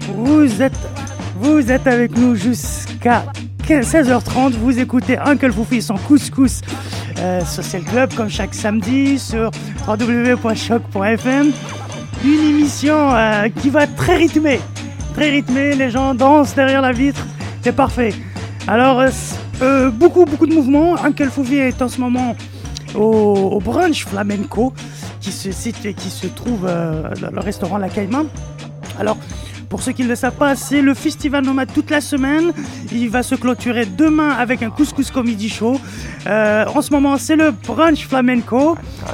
Vous êtes avec nous jusqu'à 16h30. Vous écoutez Uncle Foufi son couscous Social Club comme chaque samedi sur www.choc.fm. Une émission qui va très rythmée. Les gens dansent derrière la vitre. C'est parfait. Alors, beaucoup de mouvements. Uncle Foufi est en ce moment au brunch flamenco qui se trouve dans le restaurant La Caïman. Alors, pour ceux qui ne le savent pas, c'est le festival nomade toute la semaine. Il va se clôturer demain avec un couscous comedy show. En ce moment, c'est le brunch flamenco.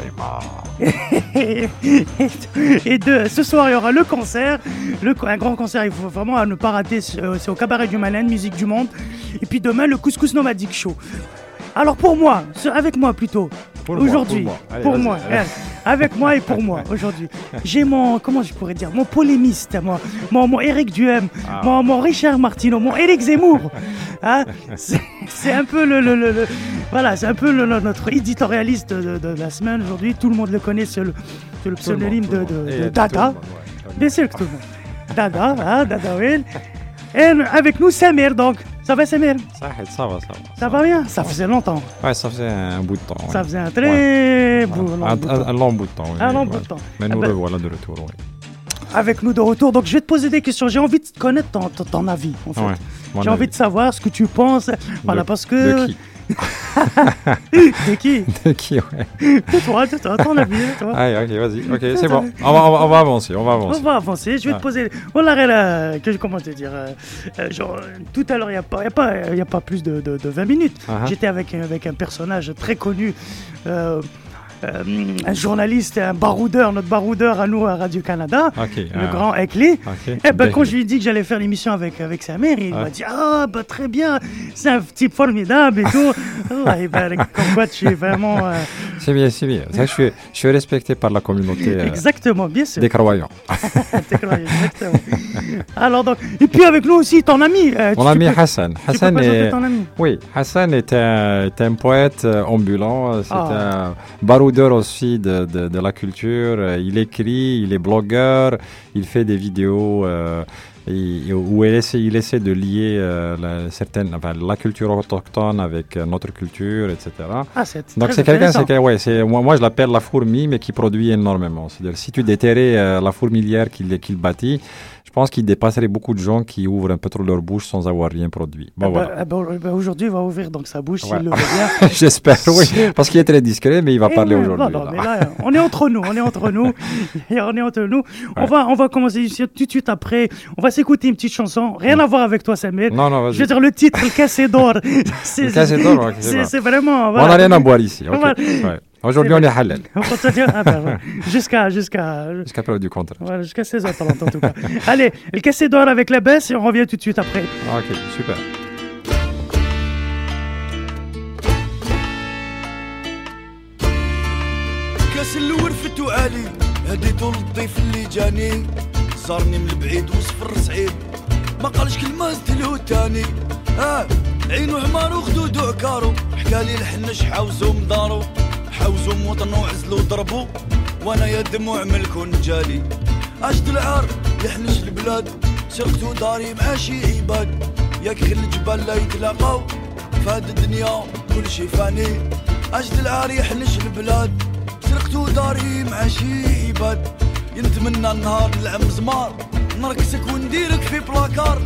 Et ce soir, il y aura le concert. Un grand concert, il faut vraiment ne pas rater. C'est au Cabaret du Malin, musique du monde. Et puis demain, le couscous nomadique show. Alors pour moi, avec moi plutôt, aujourd'hui, avec moi et pour moi, aujourd'hui, j'ai mon polémiste, mon Éric Duhem, mon Richard Martineau, mon Éric Zemmour. Hein, c'est un peu c'est un peu notre éditorialiste de la semaine aujourd'hui. Tout le monde le connaît, c'est le pseudonyme de Dada. Bien sûr que tout le monde. Dada, oui. Et avec nous, Samir, donc. Ça va, Samir? Ça va bien? Ça faisait longtemps. Ouais, ça faisait un bout de temps. Ouais. Ça faisait un très long bout de temps. Un long bout de temps. Mais nous revoilà de retour, oui. Avec nous de retour. Donc, je vais te poser des questions. J'ai envie de connaître ton avis, en fait. Ouais, j'ai envie de savoir ce que tu penses. Voilà, parce que... De qui? De qui, ouais. De toi, ton avis, toi. Allez, ok, vas-y. Ok, c'est bon. On va avancer. Je vais te poser... Voilà, comment te dire genre, tout à l'heure, il n'y a pas plus de 20 minutes. J'étais avec un personnage très connu, un journaliste, notre baroudeur à nous à Radio-Canada, le grand Ekli. Et quand je lui ai dit que j'allais faire l'émission avec Samir, il m'a dit très bien, c'est un type formidable et tout. Comme quoi tu es vraiment... C'est bien. Je suis respecté par la communauté. Exactement, bien sûr. Des croyants. Exactement. Alors donc, et puis avec nous aussi ton ami. Mon ami Hassan. Hassan est ton ami. Oui, Hassan est un poète ambulant. C'est un baroudeur aussi de la culture. Il écrit, il est blogueur, il fait des vidéos où il essaie de lier la culture autochtone avec notre culture, etc. Donc c'est quelqu'un, moi je l'appelle la fourmi, mais qui produit énormément. C'est-à-dire si tu déterrais la fourmilière qu'il bâtit, je pense qu'il dépasserait beaucoup de gens qui ouvrent un peu trop leur bouche sans avoir rien produit. Aujourd'hui, il va ouvrir donc sa bouche s'il le veut bien. J'espère, oui. Parce qu'il est très discret, mais il va parler aujourd'hui. Mais là, on est entre nous. On va commencer tout de suite après. On va s'écouter une petite chanson. Rien à voir avec toi, Samir. Non, vas-y. Je veux dire, le titre, Le Cassé d'or. Le Cassé d'or, c'est vraiment... Voilà. On n'a rien à boire ici. Aujourd'hui, on est halal. Jusqu'à preuve du contraire. Voilà, jusqu'à 16h30 en tout cas. Allez, le Cassé d'or avec la baisse et on revient tout de suite après. Ok, super. كاس اللور فتو عالي هديتو للضيف اللي جاني زارني من البعيد وصفر صعيب ما قالش كلمة زدلو تاني عينو حمار وخدودو عكارو حكالي الحنش حاوزو مدارو حاوزو موطنو عزلو ضربو وانا يا دموع ملكو نجالي عشت العار يحنش البلاد سرقتو داري مع شي عباد ياك غير الجبال لا يتلاقاو فهاد الدنيا كل شي فاني عشت العار يحنش البلاد سرقتو داري مع شي عباد ينتمنى النهار نلعب مزمار نركسك ونديرك في بلاكار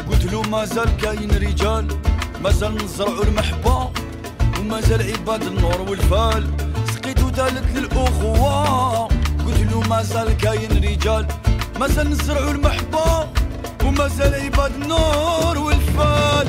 قلت له مازال كاين رجال مازال نزرعوا المحبة ومازال عباد النور والفال سقيتو ثالث للأخوة قلت له مازال كاين رجال مازال نزرعوا المحبة ومازال عباد النور والفال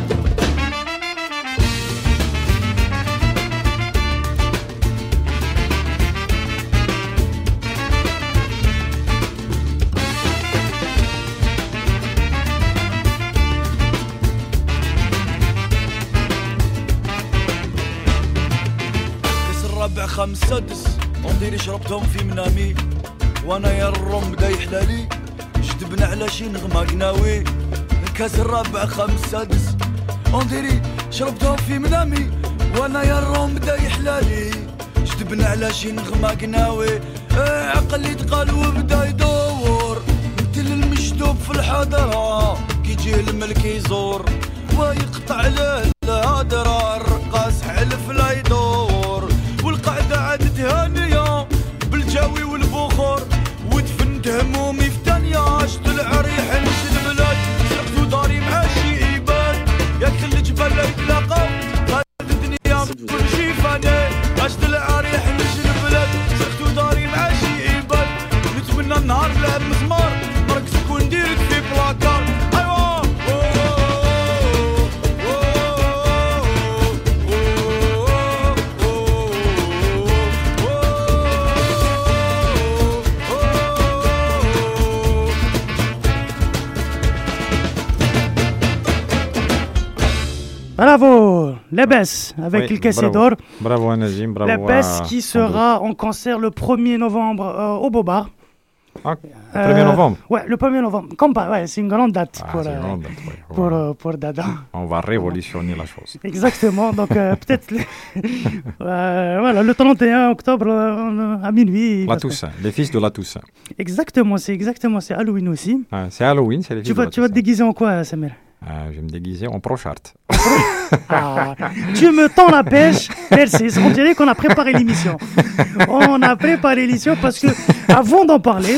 ربع خمس سدس ونديري شربتهم في منامي وانا يا الروم بدا يحلالي جدبنا على شي نغمة قناوي كاس الربع خمس سدس ونديري شربتهم في منامي وانا يا الروم بدا يحلالي جدبنا على شي نغمة قناوي عقلي تقال وبدا يدور مثل المجدوب في الحضرة كي يجيه الملك يزور ويقطع له الهدرة الرقاص حلف لا يدور والقعدة عادت هانية بالجاوي والبخور ودفنت همومي في تانية عشت العريح نمشي البلاد سرقت داري مع شي عباد ياك خلي جبال لا يتلاقاو هاد الدنيا كل شي فاني عشت العريح نمشي البلاد سرقت داري مع شي عباد نتمنى النهار لعب مزمار مركزك ونديرك في بلاكار ايوا Bravo, Lebes avec le cassé d'or. Bravo Nazim, bravo. Lebes qui sera en concert le 1er novembre au Bobar. Ah, 1er novembre. Ouais, le 1er novembre. Comme pas, ouais, c'est une grande date pour Dada. On va révolutionner la chose. Exactement, donc peut-être voilà, le 31 octobre à minuit. La Toussaint, les fils de la Toussaint. Exactement, c'est Halloween aussi. Ah, c'est Halloween, c'est les fils de la Toussaint. Tu vas te déguiser en quoi, Samir? Je vais me déguiser en Prochart. Tu me tends la pêche, merci. On dirait qu'on a préparé l'émission. On a préparé l'émission parce que avant d'en parler.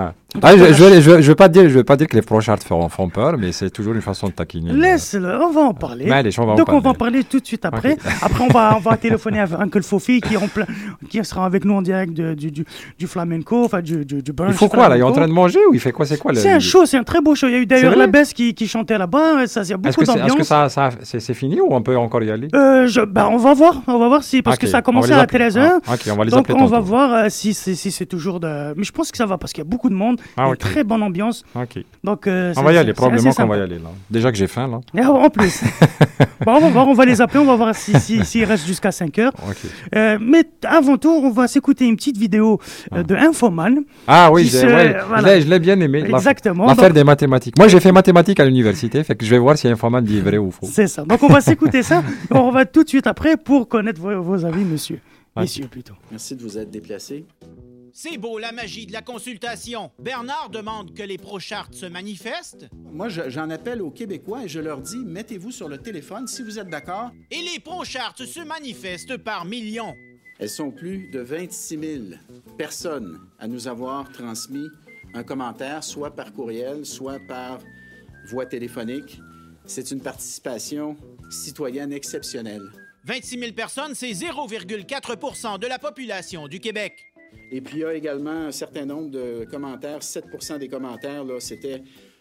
Je veux pas dire que les Prochart font peur, mais c'est toujours une façon de taquiner. Laisse-le, on va en parler. Donc on va en parler tout de suite après. Okay. Après on va téléphoner à Uncle Fofi qui sera avec nous en direct du flamenco, enfin du brunch. Il faut quoi là? Il est en train de manger ou il fait quoi? C'est quoi? C'est un show, c'est un très beau show. Il y a eu d'ailleurs la Besse qui chantait là-bas. Ça, il y a beaucoup d'ambiance. Est-ce que c'est fini ou on peut encore y aller? On va voir si parce que ça a commencé à 13h. On va les donc on va voir si c'est toujours de. Mais je pense que ça va parce qu'il y a beaucoup de monde. Une très bonne ambiance. Donc on va y aller, probablement qu'on va y aller là. Déjà que j'ai faim là. En plus. On va voir, on va les appeler, on va voir s'ils restent jusqu'à 5h. Mais avant tout, on va s'écouter une petite vidéo de Infoman. Ah oui, je l'ai bien aimé. Exactement. L'affaire des mathématiques. Moi j'ai fait mathématiques à l'université, fait que je vais voir si Infoman dit vrai ou faux. C'est ça. Donc on va s'écouter ça. On va tout de suite après pour connaître vos avis, monsieur. Messieurs plutôt. Merci de vous être déplacés. C'est beau, la magie de la consultation. Bernard demande que les pro-chartes se manifestent. Moi, j'en appelle aux Québécois et je leur dis, mettez-vous sur le téléphone si vous êtes d'accord. Et les pro-chartes se manifestent par millions. Elles sont plus de 26 000 personnes à nous avoir transmis un commentaire, soit par courriel, soit par voie téléphonique. C'est une participation citoyenne exceptionnelle. 26 000 personnes, c'est 0,4 % de la population du Québec. Et puis, il y a également un certain nombre de commentaires. 7 % des commentaires, là, c'était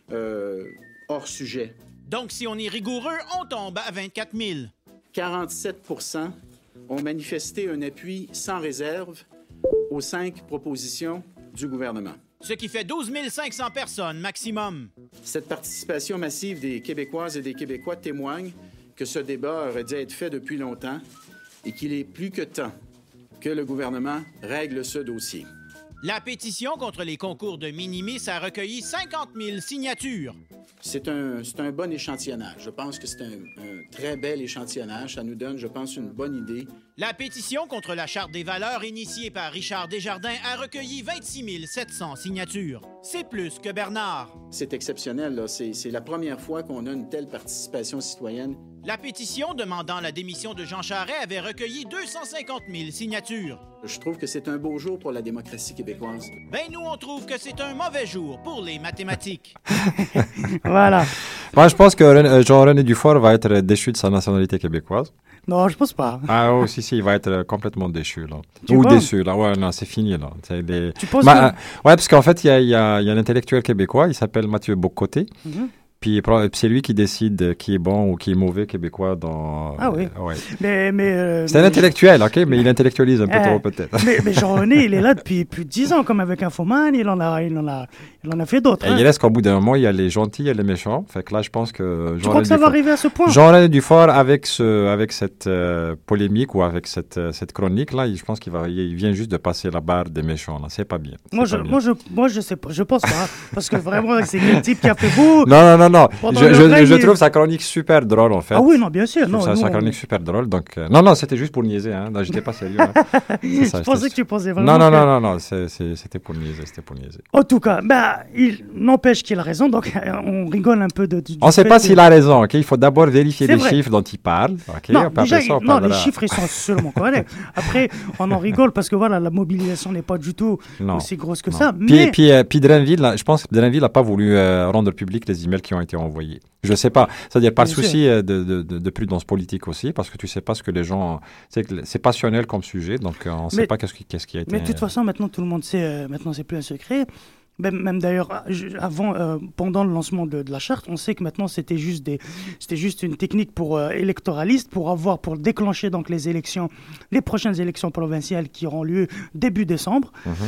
hors sujet. Donc, si on est rigoureux, on tombe à 24 000. 47 % ont manifesté un appui sans réserve aux 5 propositions du gouvernement. Ce qui fait 12 500 personnes maximum. Cette participation massive des Québécoises et des Québécois témoigne que ce débat aurait dû être fait depuis longtemps et qu'il est plus que temps que le gouvernement règle ce dossier. La pétition contre les concours de Minimis a recueilli 50 000 signatures. C'est un bon échantillonnage. Je pense que c'est un très bel échantillonnage. Ça nous donne, je pense, une bonne idée. La pétition contre la Charte des valeurs initiée par Richard Desjardins a recueilli 26 700 signatures. C'est plus que Bernard. C'est exceptionnel, là. C'est la première fois qu'on a une telle participation citoyenne. La pétition demandant la démission de Jean Charest avait recueilli 250 000 signatures. Je trouve que c'est un beau jour pour la démocratie québécoise. Ben nous, on trouve que c'est un mauvais jour pour les mathématiques. Voilà. Moi, je pense que Jean-René Dufort va être déchu de sa nationalité québécoise. Non, je pense pas. Ah oh, si, il va être complètement déchu, là. Tu Ou penses? déçu, là. Ouais, non, c'est fini, là. Tu penses Ouais, parce qu'en fait, il y a un intellectuel québécois, il s'appelle Mathieu Bocoté. Mhm. Puis c'est lui qui décide qui est bon ou qui est mauvais québécois dans... Ah oui. Ouais. Mais C'est un intellectuel, OK? Mais il intellectualise un peu trop, peut-être. mais Jean-René, il est là depuis plus de 10 ans, comme avec Infoman, il en a fait d'autres. Et il reste qu'au bout d'un moment, il y a les gentils et les méchants. Fait que là, je pense que... Tu crois que ça va arriver à ce point? Jean-René Dufort, avec cette polémique ou avec cette chronique-là, je pense il vient juste de passer la barre des méchants. Là. C'est pas bien. Moi, je sais pas. Je pense pas. Parce que vraiment, c'est le type qui a fait beau. Non. Je trouve sa chronique super drôle, en fait. Ah oui, non, bien sûr. Non, sa chronique super drôle. Donc, non, c'était juste pour niaiser. Hein. Non, j'étais pas sérieux. Hein. Je pensais que tu pensais vraiment. Non. C'était pour niaiser. En tout cas, il n'empêche qu'il a raison. Donc, on rigole un peu on ne sait pas s'il a raison. Okay? Il faut d'abord vérifier les chiffres dont il parle. Okay? Non, déjà, les chiffres, ils sont absolument corrects. Après, on en rigole parce que voilà, la mobilisation n'est pas du tout aussi grosse que ça. Mais... Puis Drainville, là, je pense que Drainville n'a pas voulu rendre public les emails qui ont été envoyés. Je ne sais pas. C'est-à-dire par souci de prudence politique aussi, parce que tu ne sais pas ce que les gens... C'est passionnel comme sujet, donc on ne sait pas qu'est-ce qui a été... Mais de toute façon, maintenant, tout le monde sait. Maintenant, c'est plus un secret. Même d'ailleurs, pendant le lancement de la charte, on sait que maintenant c'était juste une technique pour électoralistes pour déclencher donc les prochaines élections provinciales qui auront lieu début décembre.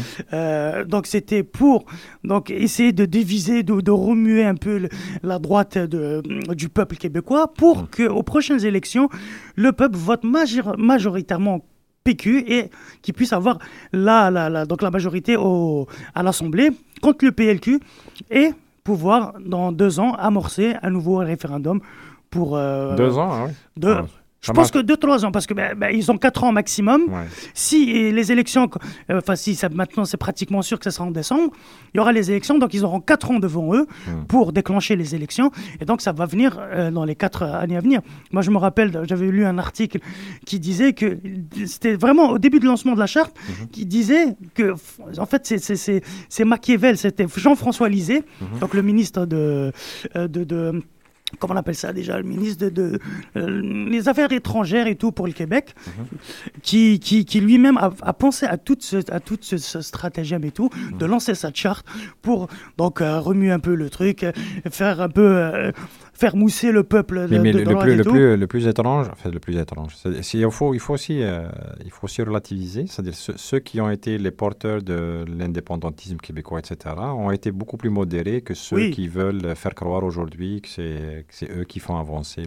Donc c'était pour essayer de diviser, de remuer un peu la droite du peuple québécois pour qu'aux prochaines élections, le peuple vote majoritairement PQ et qui puisse avoir donc la majorité à l'Assemblée contre le PLQ et pouvoir, dans 2 ans, amorcer un nouveau référendum pour... 2 ans, ah oui. Je pense que 2-3 ans, parce que ils ont 4 ans maximum. Ouais. Si les élections, maintenant c'est pratiquement sûr que ça sera en décembre, il y aura les élections, donc ils auront 4 ans devant eux pour déclencher les élections, et donc ça va venir dans les 4 années à venir. Moi je me rappelle, j'avais lu un article qui disait que c'était vraiment au début du lancement de la charte, qui disait que en fait c'est Machiavel, c'était Jean-François Lisée, donc le ministre de comment on appelle ça déjà, le ministre les Affaires étrangères et tout pour le Québec, qui lui-même a pensé à toute ce stratagème et tout, de lancer cette charte pour donc remuer un peu le truc, faire un peu faire mousser le peuple le plus étrange, il faut aussi relativiser, c'est-à-dire ceux qui ont été les porteurs de l'indépendantisme québécois, etc., ont été beaucoup plus modérés que ceux qui veulent faire croire aujourd'hui que c'est eux qui font avancer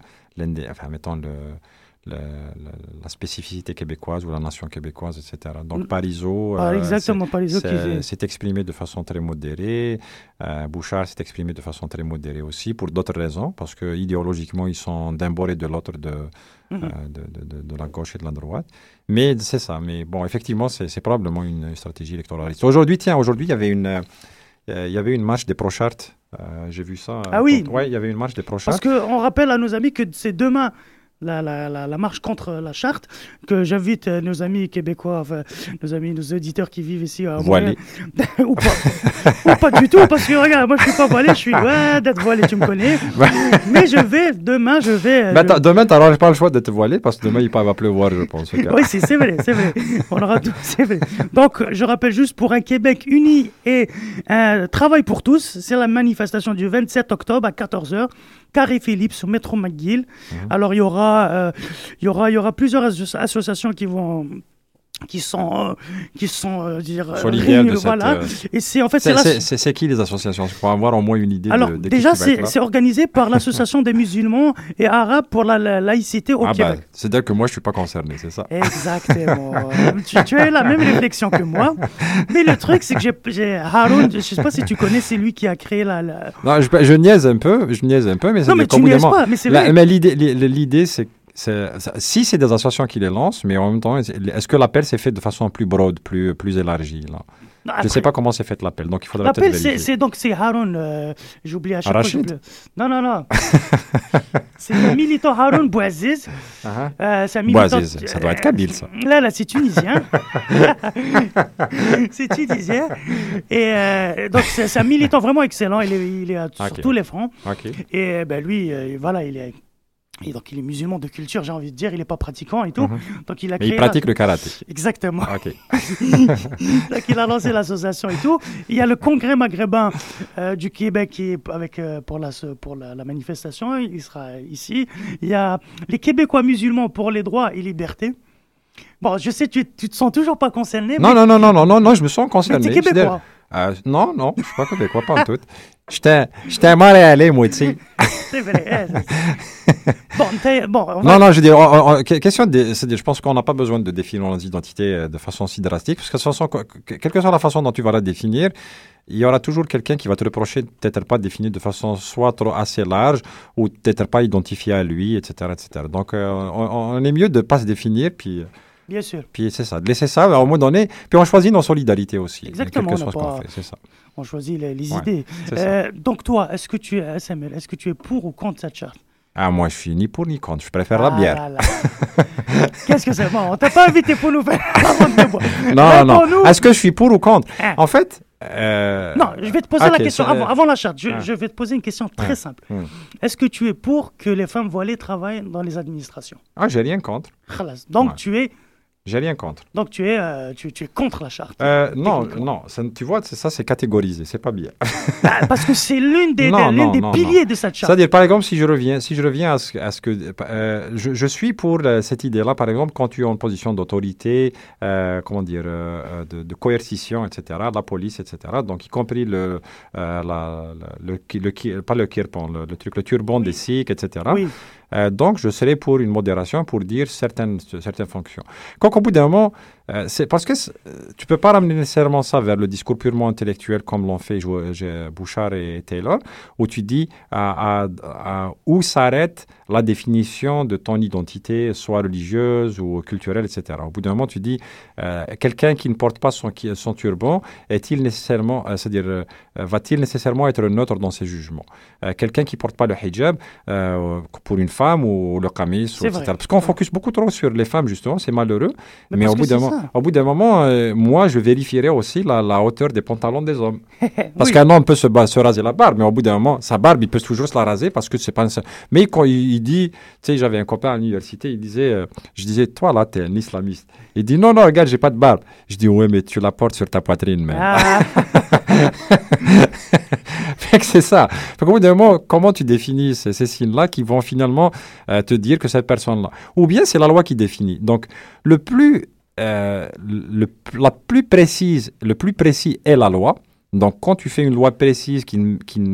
la spécificité québécoise ou la nation québécoise, etc. Donc Parizeau s'est exprimé de façon très modérée, Bouchard s'est exprimé de façon très modérée aussi, pour d'autres raisons, parce que idéologiquement ils sont d'un bord et de l'autre de la gauche et de la droite. Mais c'est ça. Mais bon, effectivement, c'est probablement une stratégie électoraliste. Aujourd'hui, il y avait une marche des pro-chartes. J'ai vu ça. Ah oui. Ouais, il y avait une marche des pro-chartes. Parce qu'on rappelle à nos amis que c'est demain la marche contre la charte, que j'invite nos amis québécois, nos auditeurs qui vivent ici à voilés. ou pas du tout, parce que regarde, moi je suis pas voilé, je suis loin d'être voilé, tu me connais. Mais demain je vais... Demain, tu n'auras pas le choix de te voiler, parce que demain il va pleuvoir, je pense. Oui, c'est vrai. On aura tout, c'est vrai. Donc, je rappelle juste, pour un Québec uni et un travail pour tous, c'est la manifestation du 27 octobre à 14h, Carré Philippe sur Métro McGill. Alors, il y aura plusieurs associations qui sont solidaires de voilà. Et c'est qui les associations pour avoir au moins une idée. Alors déjà c'est organisé par l'association des musulmans et arabes pour la laïcité au Québec. C'est-à-dire que moi je suis pas concerné, c'est ça. Exactement. tu as la même réflexion que moi, mais le truc c'est que j'ai Haroun, je sais pas si tu connais, c'est lui qui a créé la... Non, je niaise un peu, mais non mais tu niaises pas, mais c'est vrai. Mais l'idée c'est si c'est des associations qui les lancent, mais en même temps, est-ce que l'appel s'est fait de façon plus broad, plus élargie là? Je ne sais pas comment c'est fait l'appel, donc il faudra peut-être L'appel, vérifier. c'est Haroun, j'ai oublié à chaque fois. Rachid? Non. C'est le militant Haroun Bouaziz. C'est un militant... Bouaziz, ça doit être kabyle, ça. Là, c'est tunisien. C'est tunisien. Et donc, c'est un militant vraiment excellent. Il est sur tous les fronts. Ok. Et lui, voilà, il est musulman de culture, j'ai envie de dire. Il n'est pas pratiquant et tout. Donc, il a Mais créé il pratique le karaté. Exactement. Ok. Donc, il a lancé l'association et tout. Il y a le congrès maghrébin du Québec qui est pour la manifestation. Il sera ici. Il y a les Québécois musulmans pour les droits et libertés. Bon, je sais, tu te sens toujours pas concerné. Non, je me sens concerné. Mais t'es québécois. Non, je suis pas québécois, pas en tout. J'étais Montréalais, moi, tu sais. C'est vrai. Non, je veux dire, question c'est-à-dire, je pense qu'on n'a pas besoin de définir nos identités de façon si drastique, parce que de toute façon, quelle que soit la façon dont tu vas la définir, il y aura toujours quelqu'un qui va te reprocher de peut-être pas définir de façon soit trop assez large, ou peut-être pas identifié à lui, etc., etc. Donc, on est mieux de pas se définir, puis... Bien sûr. Puis c'est ça, de laisser ça, à un moment donné, puis on choisit nos solidarités aussi. Exactement. Quel que soit ce qu'on fait, c'est ça. On choisit les idées. Ça. Donc toi, est-ce que tu es pour ou contre cette charte? Moi je suis ni pour ni contre, je préfère la bière. Qu'est-ce que c'est? Bon, on t'a pas invité pour nous faire Non. Est-ce que je suis pour ou contre? En fait... Non, je vais te poser la question avant la charte. Je vais te poser une question très simple. Est-ce que tu es pour que les femmes voilées travaillent dans les administrations? J'ai rien contre. Donc J'ai rien contre. Donc tu es contre la charte? Non, tu vois, ça c'est catégorisé, c'est pas bien. Parce que c'est l'une des piliers de cette charte. C'est-à-dire, par exemple, si je reviens à ce que... je suis pour cette idée-là, par exemple, quand tu es en position d'autorité, de coercition, etc., la police, etc., donc y compris le turban des Sikhs, etc., oui. Donc, je serais pour une modération pour dire certaines fonctions. Au bout d'un moment, c'est parce que tu peux pas ramener nécessairement ça vers le discours purement intellectuel comme l'ont fait Bouchard et Taylor, où tu dis où s'arrête la définition de ton identité, soit religieuse ou culturelle, etc. Au bout d'un moment, tu dis quelqu'un qui ne porte pas son turban va-t-il nécessairement être neutre dans ses jugements? Quelqu'un qui porte pas le hijab pour une femme ou le qamis, etc. Parce qu'on focus beaucoup trop sur les femmes, justement, c'est malheureux. Mais au bout d'un moment, moi, je vérifierai aussi la hauteur des pantalons des hommes. Parce qu'un homme peut se raser la barbe, mais au bout d'un moment, sa barbe, il peut toujours se la raser parce que c'est pas... Mais quand il dit... Tu sais, j'avais un copain à l'université, je disais, toi, là, t'es un islamiste. Il dit, non, regarde, j'ai pas de barbe. Je dis, ouais, mais tu la portes sur ta poitrine, même. C'est ça. Au bout d'un moment, comment tu définis ces signes-là qui vont finalement te dire que cette personne-là... Ou bien c'est la loi qui définit. Donc, le plus précis est la loi. Donc, quand tu fais une loi précise qui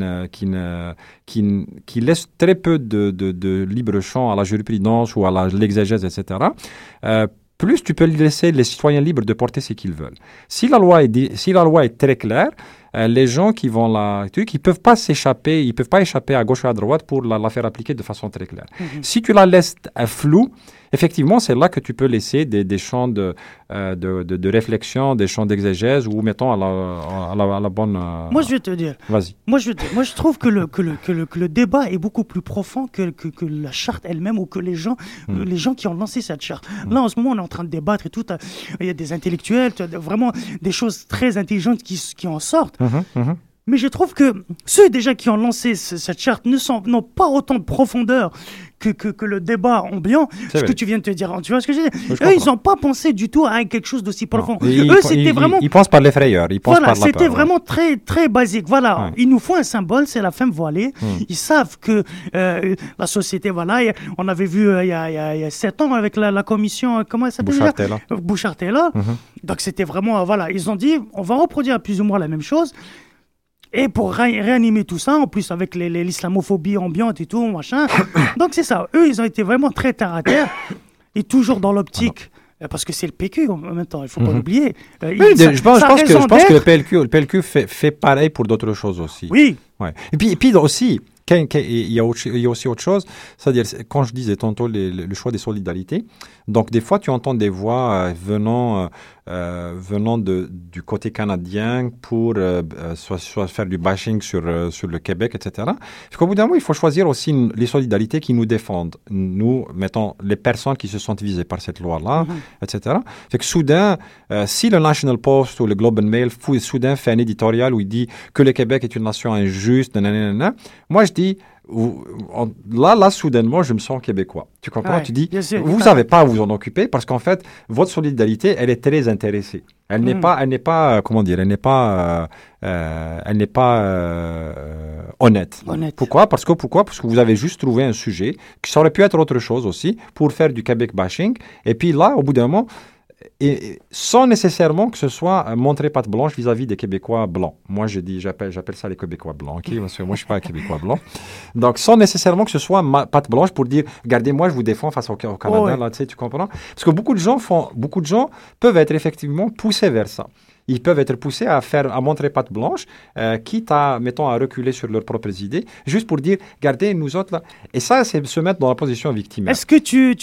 laisse très peu de libre champ à la jurisprudence ou à l'exégèse, etc., plus tu peux laisser les citoyens libres de porter ce qu'ils veulent. Si la loi est très claire, les gens qui vont ils peuvent pas s'échapper, ils peuvent pas échapper à gauche ou à droite pour la faire appliquer de façon très claire. Si tu la laisses floue, effectivement, c'est là que tu peux laisser des champs de réflexion, des champs d'exégèse ou, mettons, à la bonne... Moi, je vais te dire. Vas-y. Moi, je trouve que le débat est beaucoup plus profond que la charte elle-même ou que les gens qui ont lancé cette charte. Là, en ce moment, on est en train de débattre et tout. Il y a des intellectuels, vraiment des choses très intelligentes qui en sortent. Mais je trouve que ceux déjà qui ont lancé cette charte n'ont pas autant de profondeur que le débat ambiant, que tu viens de te dire. Tu vois ce que je veux dire? Eux, ils n'ont pas pensé du tout à quelque chose d'aussi profond. C'était vraiment... Ils pensent par l'effrayeur, ils pensent par la peur. C'était vraiment très, très basique. Voilà, il nous faut un symbole, c'est la femme voilée. Ils savent que la société, voilà, on avait vu il y a 7 ans avec la commission, comment elle s'appelle déjà? Bouchard-Taylor. Donc c'était vraiment, voilà, ils ont dit, on va reproduire plus ou moins la même chose. Et pour réanimer tout ça, en plus avec l'islamophobie ambiante et tout, machin. Donc c'est ça. Eux, ils ont été vraiment très terre à terre et toujours dans l'optique. Parce que c'est le PQ en même temps, il ne faut pas l'oublier. Je pense que le PLQ fait pareil pour d'autres choses aussi. Oui. Ouais. Et puis aussi, il y a aussi autre chose, c'est-à-dire, quand je disais tantôt le choix des solidarités, donc des fois tu entends des voix venant venant du côté canadien pour soit faire du bashing sur le Québec, etc. Parce qu'au bout d'un moment, il faut choisir aussi les solidarités qui nous défendent. Nous, mettons, les personnes qui se sentent visées par cette loi-là, etc. C'est que soudain, si le National Post ou le Globe and Mail soudain fait un éditorial où il dit que le Québec est une nation injuste, nanana, moi je dis, là, soudainement, je me sens québécois. Tu comprends? Tu dis, vous n'avez pas à vous en occuper parce qu'en fait, votre solidarité, elle est très intéressée. Elle n'est pas, comment dire, elle n'est pas honnête. Pourquoi? Parce que vous avez juste trouvé un sujet qui aurait pu être autre chose aussi pour faire du Québec bashing. Et puis là, au bout d'un moment, et sans nécessairement que ce soit montrer patte blanche vis-à-vis des Québécois blancs. Moi, j'appelle ça les Québécois blancs, okay? Parce que moi, je ne suis pas un Québécois blanc. Donc, sans nécessairement que ce soit patte blanche pour dire, regardez, moi, je vous défends face au Canada, là, tu sais, tu comprends? Parce que beaucoup de gens peuvent être effectivement poussés vers ça. Ils peuvent être poussés à montrer patte blanche, quitte à, mettons, à reculer sur leurs propres idées, juste pour dire, regardez, nous autres, là. Et ça, c'est se mettre dans la position victimaire. Est-ce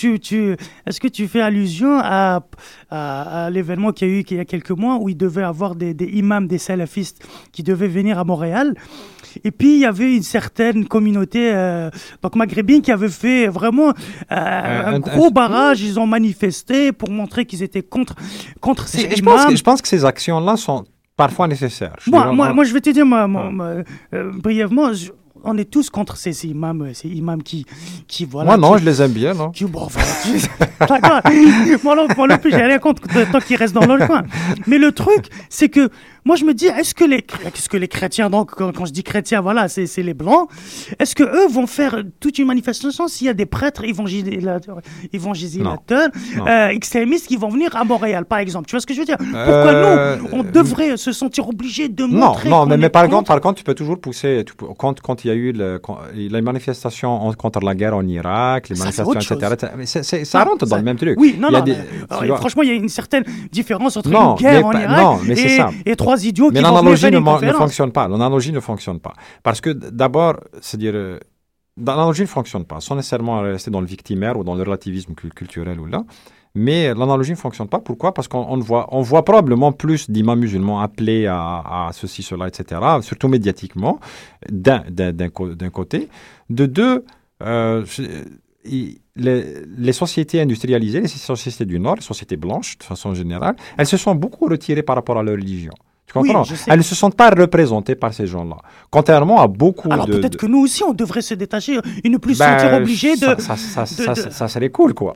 que tu fais allusion à l'événement qu'il y a eu il y a quelques mois où il devait avoir des imams, des salafistes qui devaient venir à Montréal? Et puis, il y avait une certaine communauté donc maghrébine qui avait fait vraiment un gros barrage. Ils ont manifesté pour montrer qu'ils étaient contre ces imams. Je pense que ces actions-là sont parfois nécessaires. Moi, je vais te dire brièvement... On est tous contre ces imams qui voilà. Moi, non, je les aime bien, non? D'accord. Moi non plus, j'ai rien contre tant qu'ils restent dans leur coin. Mais le truc, c'est que moi, je me dis, est-ce que les chrétiens, donc quand je dis chrétiens, voilà, c'est les blancs, est-ce que eux vont faire toute une manifestation s'il y a des prêtres évangélisateurs, extrémistes qui vont venir à Montréal, par exemple? Tu vois ce que je veux dire? Pourquoi nous, on devrait se sentir obligés de montrer? Non, mais par contre, tu peux toujours pousser quand il y a eu les manifestations contre la guerre en Irak, les manifestations, etc. Mais ça rentre dans le même truc. Oui, franchement, il y a une certaine différence entre une guerre en Irak et trois idiots qui vont venir faire une conférence. L'analogie ne fonctionne pas. Parce que d'abord, c'est-à-dire, l'analogie ne fonctionne pas, sans nécessairement rester dans le victimaire ou dans le relativisme culturel ou là. Mais l'analogie ne fonctionne pas. Pourquoi? Parce qu'on voit probablement plus d'imams musulmans appelés à ceci, cela, etc., surtout médiatiquement, d'un côté. De deux, les sociétés industrialisées, les sociétés du Nord, les sociétés blanches, de façon générale, elles se sont beaucoup retirées par rapport à leur religion. Tu comprends? Oui, elles ne se sentent pas représentées par ces gens-là. Contrairement à beaucoup Alors peut-être que nous aussi, on devrait se détacher et ne plus se sentir obligés de... Ça serait cool, quoi.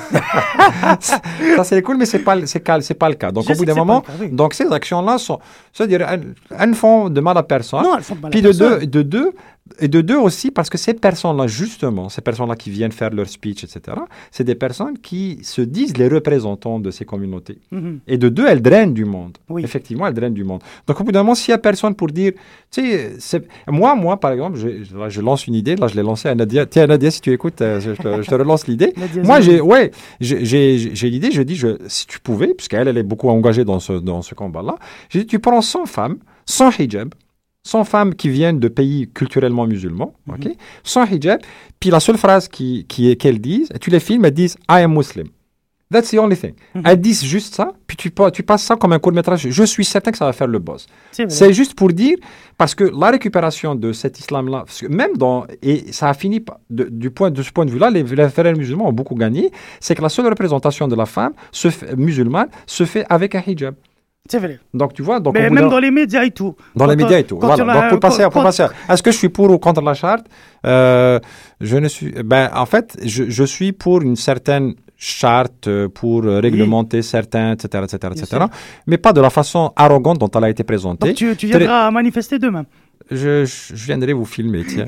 Ça serait cool, mais c'est pas le cas. Donc au bout d'un moment, donc ces actions-là c'est-à-dire, elles ne font de mal à personne. Non, elles font de mal à personne. Et de deux aussi, parce que ces personnes-là, justement, ces personnes-là qui viennent faire leur speech, etc., c'est des personnes qui se disent les représentants de ces communautés. Mm-hmm. Et de deux, elles drainent du monde. Oui. Effectivement, elles drainent du monde. Donc, au bout d'un moment, s'il n'y a personne pour dire... Tu sais, moi, par exemple, je lance une idée. Là, je l'ai lancée à Nadia. Tiens, Nadia, si tu écoutes, je te relance l'idée. Moi, j'ai l'idée, je dis, si tu pouvais, puisqu'elle est beaucoup engagée dans ce combat-là, j'ai dit, tu prends 100 femmes, sans hijab, 100 femmes qui viennent de pays culturellement musulmans, okay, sans hijab, puis la seule phrase qu'elles disent, tu les filmes, elles disent « I am Muslim ». That's the only thing. Elles disent juste ça, puis tu passes ça comme un court-métrage. Je suis certain que ça va faire le buzz. C'est juste pour dire, parce que la récupération de cet islam-là, même et ça a fini, de ce point de vue-là, les frères musulmans ont beaucoup gagné, c'est que la seule représentation de la femme musulmane se fait avec un hijab. C'est vrai. Donc, tu vois... Donc, mais même dans les médias et tout. Dans les médias et tout, voilà. Donc, pour passer est-ce que je suis pour ou contre la charte? Je ne suis... en fait, je suis pour une certaine charte pour réglementer certains, etc., mais pas de la façon arrogante dont elle a été présentée. Donc, tu viendras manifester demain? Je viendrai vous filmer, tiens.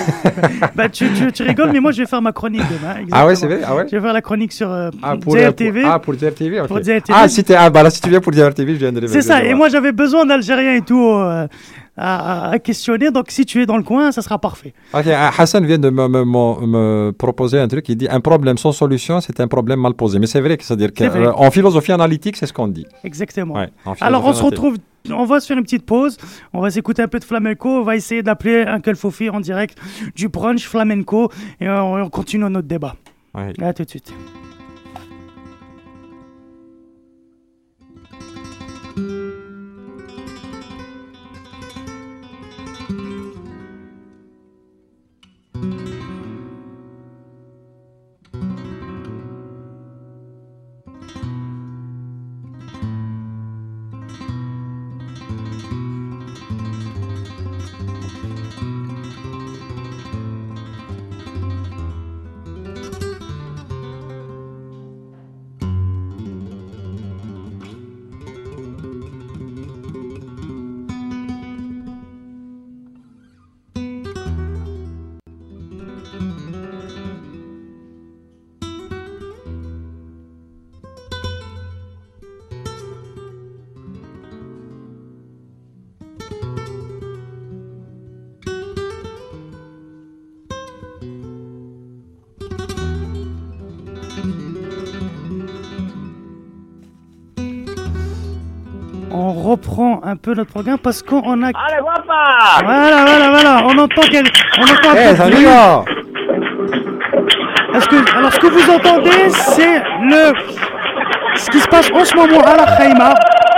Tu rigoles, mais moi je vais faire ma chronique demain. Exactement. Ah ouais, c'est vrai? Ah ouais? Je vais faire la chronique sur DRTV. Pour DRTV, ok. Pour DRTV. Si tu viens pour DRTV, je viendrai. C'est ça, et moi j'avais besoin d'Algériens et tout à questionner, donc si tu es dans le coin, ça sera parfait. Ok, Hassan vient de me proposer un truc, il dit un problème sans solution, c'est un problème mal posé. Mais c'est vrai, c'est-à-dire qu'en philosophie analytique, c'est ce qu'on dit. Exactement. Ouais, alors on se retrouve. On va se faire une petite pause, on va s'écouter un peu de flamenco, on va essayer d'appeler Uncle Fofi en direct du brunch flamenco et on continue notre débat. Ouais. À tout de suite. On reprend un peu notre programme parce qu'on a... Allez, guapa! Voilà, on entend un peu de bruit. Alors, ce que vous entendez, c'est ce qui se passe en ce moment à la Khaïma.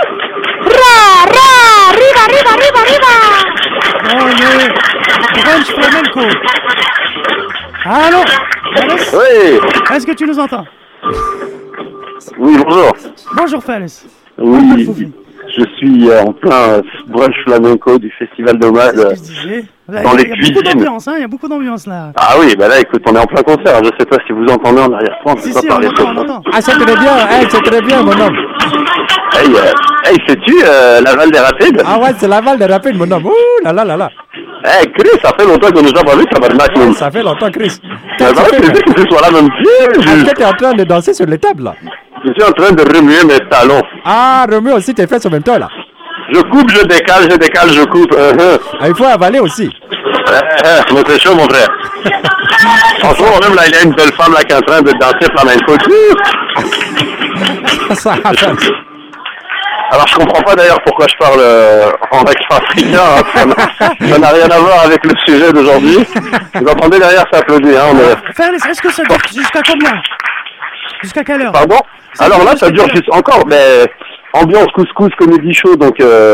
Riva! Dans le brunch flamenco. Allô? Oui! Est-ce que tu nous entends? Oui, bonjour. Bonjour, Fales. Oui, je suis en plein brunch flamenco du Festival d'Hommage dans les cuisines. Il y a beaucoup d'ambiance là. Ah oui, bah là, écoute, on est en plein concert. Je sais pas si vous entendez en arrière-plan. Si, on entend. Ah, c'est très bien, mon homme. Hey, sais-tu Laval des Rapides? Ah ouais, c'est Laval des Rapides, mon homme. Ouh là là. Hey, Chris, ça fait longtemps qu'on nous a pas vu, ça va le match. Ouais, ça fait longtemps, Chris. Ça va plaisir que tu sois là, même si. Est-ce que tu es en train de danser sur les tables, là? Je suis en train de remuer mes talons. Ah, remuer aussi tes fesses en même temps, là. Je coupe, je décale, je coupe. Ah, il faut avaler aussi. Mais c'est chaud, mon frère. En ce moment même, là, il y a une belle femme là qui est en train de danser flamenco. Ça rappelle. Alors, je comprends pas d'ailleurs pourquoi je parle en accent africain. Hein. Ça n'a rien à voir avec le sujet d'aujourd'hui. Vous entendez derrière, ça applaudit. Hein, Fales, est-ce que ça dure jusqu'à combien? Jusqu'à quelle heure? Pardon? Alors là, ça dure encore, mais ambiance couscous comédie show, donc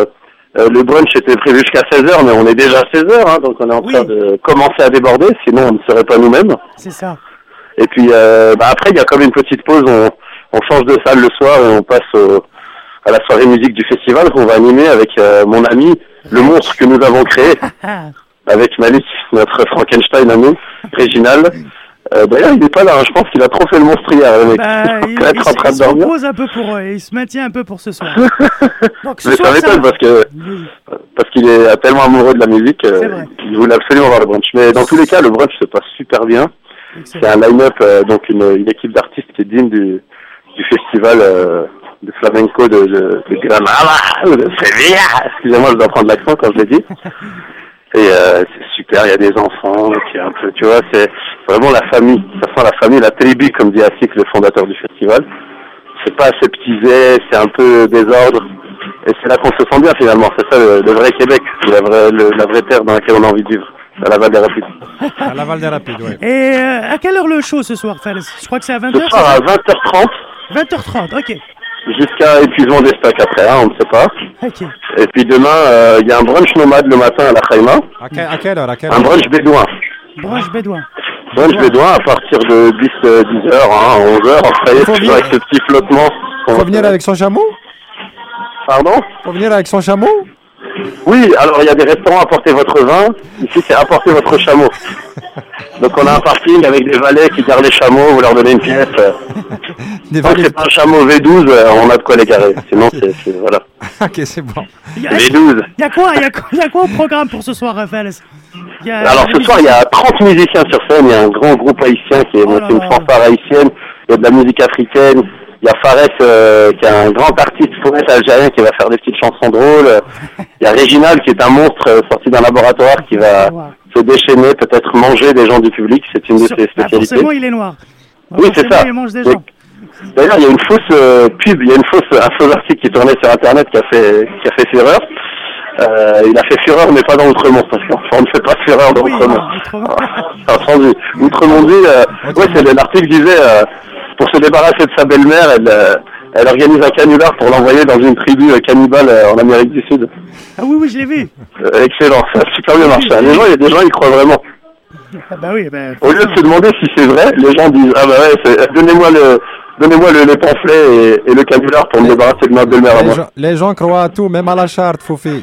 le brunch était prévu jusqu'à 16h, mais on est déjà à 16h, hein, donc on est en train de commencer à déborder, sinon on ne serait pas nous-mêmes. C'est ça. Et puis après, il y a comme une petite pause, on change de salle le soir et on passe à la soirée musique du festival qu'on va animer avec mon ami, le monstre que nous avons créé, avec Malik, notre Frankenstein à nous, Réginald. D'ailleurs, il n'est pas là, hein. Je pense qu'il a trop fait le monstre hier, le mec. Il se repose un peu pour eux, il se maintient un peu pour ce soir. Donc, mais ça m'étonne parce qu'il est tellement amoureux de la musique, il voulait absolument voir le brunch. Mais dans tous les cas, le brunch se passe super bien. Excellent. C'est un line-up, donc une équipe d'artistes qui est digne du festival de flamenco de Granada, de Sevilla. Excusez-moi, je dois prendre l'accent quand je l'ai dit. Et c'est super, il y a des enfants, qui est un peu, tu vois, c'est vraiment la famille. Ça sent la famille, la tribu, comme dit Asik, le fondateur du festival. C'est pas aseptisé, c'est un peu désordre. Et c'est là qu'on se sent bien finalement. C'est ça le vrai Québec, la vraie terre dans laquelle on a envie de vivre. À Laval des Rapides. À Laval des Rapides, oui. Et à quelle heure le show ce soir, Fales? Je crois que c'est à 20h. Ce soir à 20h30. 20h30, ok. Jusqu'à épuisement des stocks après, hein, on ne sait pas. Ok. Et puis demain, il y a un brunch nomade le matin à la Khaïma. À quelle heure? Un brunch bédouin. Brunch bédouin. Brunch bédouin à partir de 10h, hein, 11h. Après, avec ce petit flottement. Faut venir avec son chameau? Pardon? Faut venir avec son chameau? Oui, alors il y a des restaurants, apportez votre vin. Ici, c'est apporter votre chameau. Donc on a un parking avec des valets qui gardent les chameaux, vous leur donnez une pièce. Tant que c'est pas un chameau V12, on a de quoi les garer. Sinon, c'est voilà. Ok, c'est bon. V12. Il y a quoi au programme pour ce soir, Raphaël? Alors ce soir, il y a 30 musiciens sur scène. Il y a un grand groupe haïtien qui est monté, une fanfare haïtienne. Il y a de la musique africaine. Il y a Fares, qui est un grand artiste poète algérien qui va faire des petites chansons drôles. Il y a Réginald, qui est un monstre sorti d'un laboratoire qui va se déchaîner, peut-être manger des gens du public. C'est une de ses spécialités. Forcément, il est noir. Oui, c'est ça. Il mange des gens. D'ailleurs, il y a une fausse pub, il y a une fausse article qui tournait sur Internet qui a fait fureur. Il a fait fureur, mais pas dans Outremont, parce qu'on ne fait pas fureur dans Outremont. Entendu. Outremont dit, ouais, l'article disait, pour se débarrasser de sa belle-mère, Elle organise un canular pour l'envoyer dans une tribu cannibale en Amérique du Sud. Ah oui, je l'ai vu. Excellent, ça a super bien marché. Il y a des gens, ils croient vraiment. Ah bah oui, Au lieu de se demander si c'est vrai, les gens disent ah bah ouais, donnez-moi les pamphlets et le canular pour me débarrasser de ma belle-mère à moi. Les gens croient à tout, même à la charte, Foufi.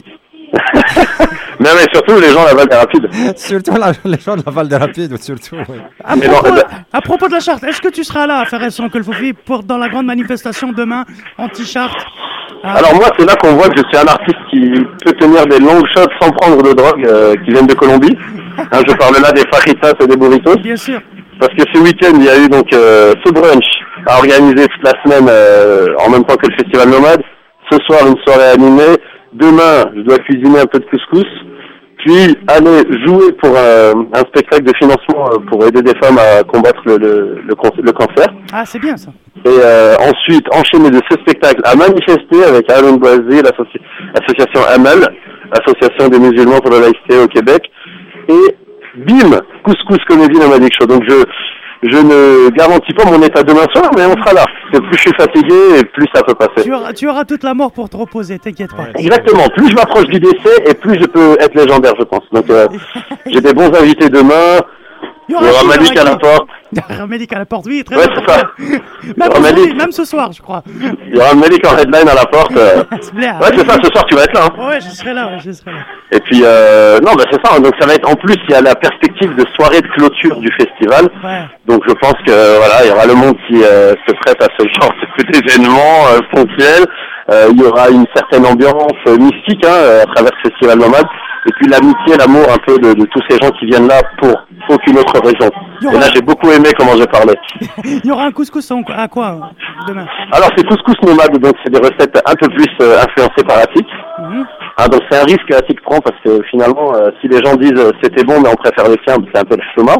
Non mais surtout les gens de la Val des Rapides. Surtout les gens de la Val des Rapides, surtout. Oui. À propos de la charte, est-ce que tu seras là à faire son que le Foufi dans la grande manifestation demain anti-charte? Alors moi c'est là qu'on voit que je suis un artiste qui peut tenir des longues shots sans prendre de drogue qui viennent de Colombie. Je parle là des fajitas et des burritos. Bien sûr. Parce que ce week-end il y a eu donc ce brunch à organiser toute la semaine en même temps que le festival Nomade. Ce soir une soirée animée. Demain je dois cuisiner un peu de couscous. Puis aller jouer pour un spectacle de financement pour aider des femmes à combattre le cancer. Ah, c'est bien ça. Et ensuite enchaîner de ce spectacle à manifester avec Aaron Boisé, l'association AMAL, Association des musulmans pour la laïcité au Québec. Et bim, Couscous Comédie Nomadic Show. Donc je ne garantis pas mon état demain soir, mais on sera là. Plus je suis fatigué et plus ça peut passer. Tu auras toute la mort pour te reposer, t'inquiète pas. Exactement. Plus je m'approche du décès et plus je peux être légendaire, je pense. Donc j'ai des bons invités demain. Il y aura Malik à la porte. Il y aura Malik à la porte, oui, très bien. C'est ça. Même ce soir, je crois. Il y aura Malik en headline à la porte. Ouais, c'est ça, ce soir tu vas être là. Hein. Ouais, je serai là. Et puis, non, bah c'est ça. Donc ça va être, en plus, il y a la perspective de soirée de clôture du festival. Ouais. Donc je pense que, voilà, il y aura le monde qui se prête à ce genre d'événements ponctuels. Il y aura une certaine ambiance mystique à travers ce festival nomade. Et puis l'amitié, l'amour un peu de tous ces gens qui viennent là pour aucune autre raison. Et là, j'ai beaucoup aimé comment j'ai parlé. Il y aura un couscous à quoi demain? Alors, c'est couscous nomade, donc c'est des recettes un peu plus influencées par Attic. Donc c'est un risque qu'Attic prend parce que finalement, si les gens disent c'était bon mais on préfère le sien, c'est un peu le chemin.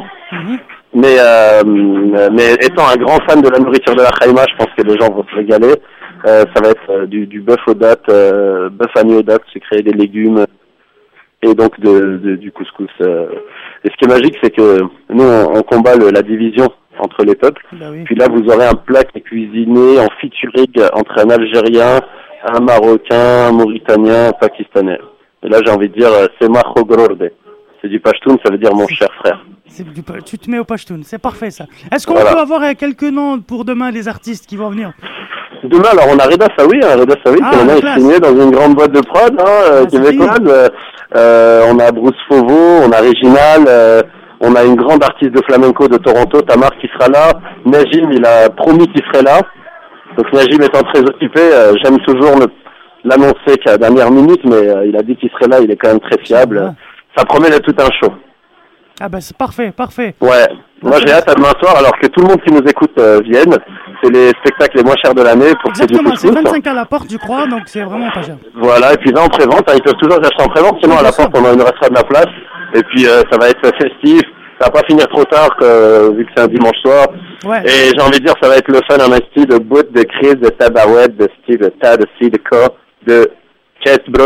Mais étant un grand fan de la nourriture de la Khaïma, je pense que les gens vont se régaler. Ça va être du bœuf aux dattes, bœuf à nuit aux dattes, sucré, des légumes et donc du couscous. Et ce qui est magique, c'est que nous, on combat la division entre les peuples. Bah oui. Puis là, vous aurez un plat qui est cuisiné en featuring entre un Algérien, un Marocain, un Mauritanien, un Pakistanais. Et là, j'ai envie de dire, c'est Mahogrorde. C'est du Pashtun, ça veut dire mon cher frère. Tu te mets au Pashtun, c'est parfait ça. Est-ce qu'on peut avoir quelques noms pour demain, les artistes qui vont venir? Demain, alors on a Reda Saoui, qui est signé dans une grande boîte de prod québécoise. On a Bruce Fauveau, on a Réginal, on a une grande artiste de flamenco de Toronto, Tamar, qui sera là. Najim, il a promis qu'il serait là. Donc Najim étant très occupé, j'aime toujours l'annoncer qu'à la dernière minute, mais il a dit qu'il serait là, il est quand même très fiable. Ça promet d'être tout un show. Ah bah c'est parfait. Ouais, moi j'ai hâte à demain soir, alors que tout le monde qui nous écoute vienne. C'est les spectacles les moins chers de l'année pour que c'est du couscous. C'est 25 à la porte, je crois, donc c'est vraiment pas cher. Voilà, et puis là en pré-vente, ils peuvent toujours acheter en pré-vente, sinon à la porte on en restera de la place. Et puis ça va être festif, ça va pas finir trop tard vu que c'est un dimanche soir. Ouais. Et j'ai envie de dire, ça va être le fun en un style de bout, de crise, de tabarouette, de style de tas, de style de corps, de chest bro,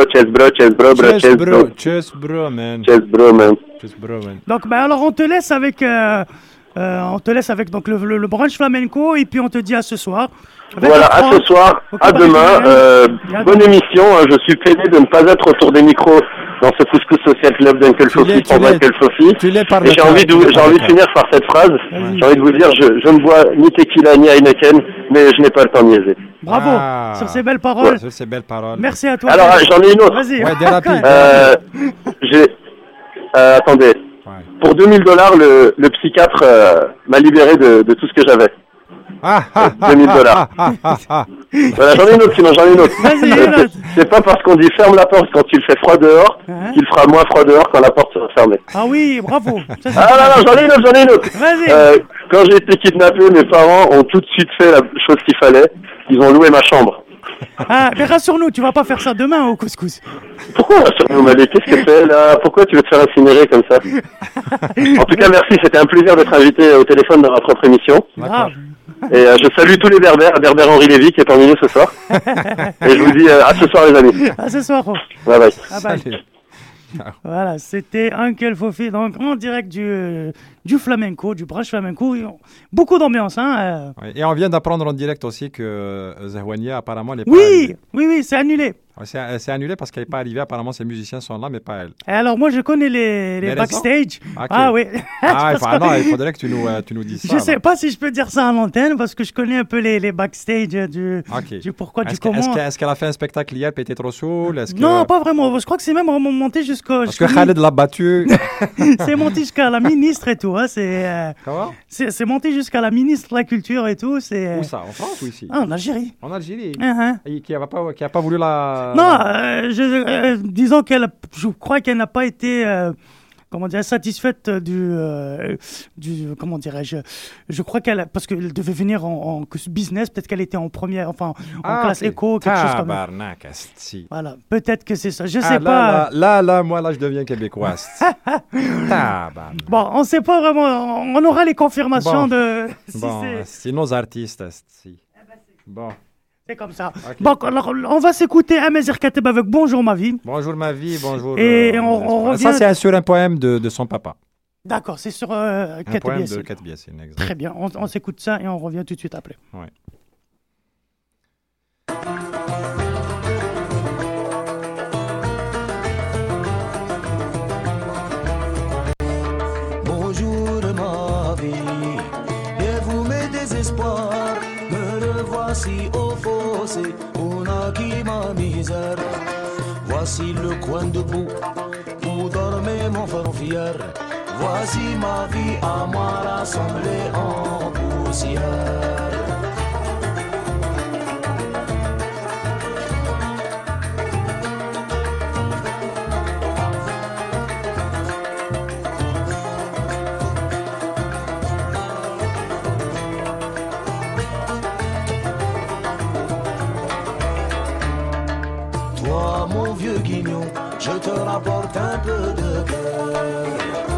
man. Donc alors on te laisse avec donc le brunch flamenco et puis on te dit à ce soir. Voilà, à ce soir, à demain. Bonne émission. Je suis peiné de ne pas être autour des micros dans ce Couscous Social Club d'Uncle Fofi sans Uncle Fofi. Et j'ai envie de finir par cette phrase. J'ai envie de vous dire, je ne bois ni tequila ni Heineken, mais je n'ai pas le temps de niaiser. Bravo sur ces belles paroles. Merci à toi. Alors j'en ai une autre. Vas-y. Attendez. Pour $2000, le psychiatre m'a libéré de tout ce que j'avais. $2000. Voilà, j'en ai une autre. Vas-y, c'est pas parce qu'on dit ferme la porte quand il fait froid dehors qu'il fera moins froid dehors quand la porte sera fermée. Ah oui, bravo. Non, j'en ai une autre. Vas-y. Quand j'ai été kidnappé, mes parents ont tout de suite fait la chose qu'il fallait. Ils ont loué ma chambre. Ah, mais rassure-nous, tu vas pas faire ça demain au couscous. Pourquoi rassure-nous, Malik? Qu'est-ce que c'est là? Pourquoi tu veux te faire incinérer comme ça? En tout cas, merci, c'était un plaisir d'être invité au téléphone dans ma propre émission. Grave. Et je salue tous les berbères, Berbère Henri Lévy qui est parmi nous ce soir. Et je vous dis à ce soir les amis. À ce soir. Bye bye. Bye bye. Voilà, c'était Uncle Fofi, donc en direct du flamenco, du branche flamenco. Beaucoup d'ambiance. Hein. Ouais, et on vient d'apprendre en direct aussi que Zahwania, apparemment, n'est pas Oui, c'est annulé. Ouais, c'est annulé parce qu'elle n'est pas arrivée. Apparemment, ses musiciens sont là, mais pas elle. Et alors, moi, je connais les backstage. Okay. Ah oui. Non, il faudrait que tu nous dises ça. Je ne sais pas si je peux dire ça à l'antenne parce que je connais un peu les backstage du pourquoi, du comment. Est-ce qu'elle a fait un spectacle hier et était trop saoule? Non, pas vraiment. Je crois que c'est même monté jusqu'au... Parce que Khaled l'a battu. C'est monté jusqu'à la ministre et tout. Hein. Comment? C'est monté jusqu'à la ministre de la Culture et tout. Où ça? En France ou ici? Ah, en Algérie. En Algérie. Et qui a pas voulu la... Non, disons je crois qu'elle n'a pas été... satisfaite du comment dirais-je, je crois parce qu'elle devait venir en business, peut-être qu'elle était en première, en classe éco, quelque chose comme ça. Voilà, peut-être que c'est ça, je sais pas. Moi je deviens québécoise. Bon, on sait pas vraiment, on aura les confirmations de... c'est nos artistes. Bon. C'est comme ça. Okay. Bon, alors, on va s'écouter Amazir Kateb avec Bonjour ma vie. Bonjour ma vie, bonjour. Et on revient... Ça, c'est sur un poème de son papa. D'accord, c'est sur un poème de Kateb Yassine, exact. Très bien, on s'écoute ça et on revient tout de suite après. Ouais. Bonjour ma vie, et vous mes désespoirs. Voici au fossé, on a qui ma misère. Voici le coin debout où dormait mon frère fier. Voici ma vie à moi rassemblée en poussière. Je te rapporte un peu de cœur.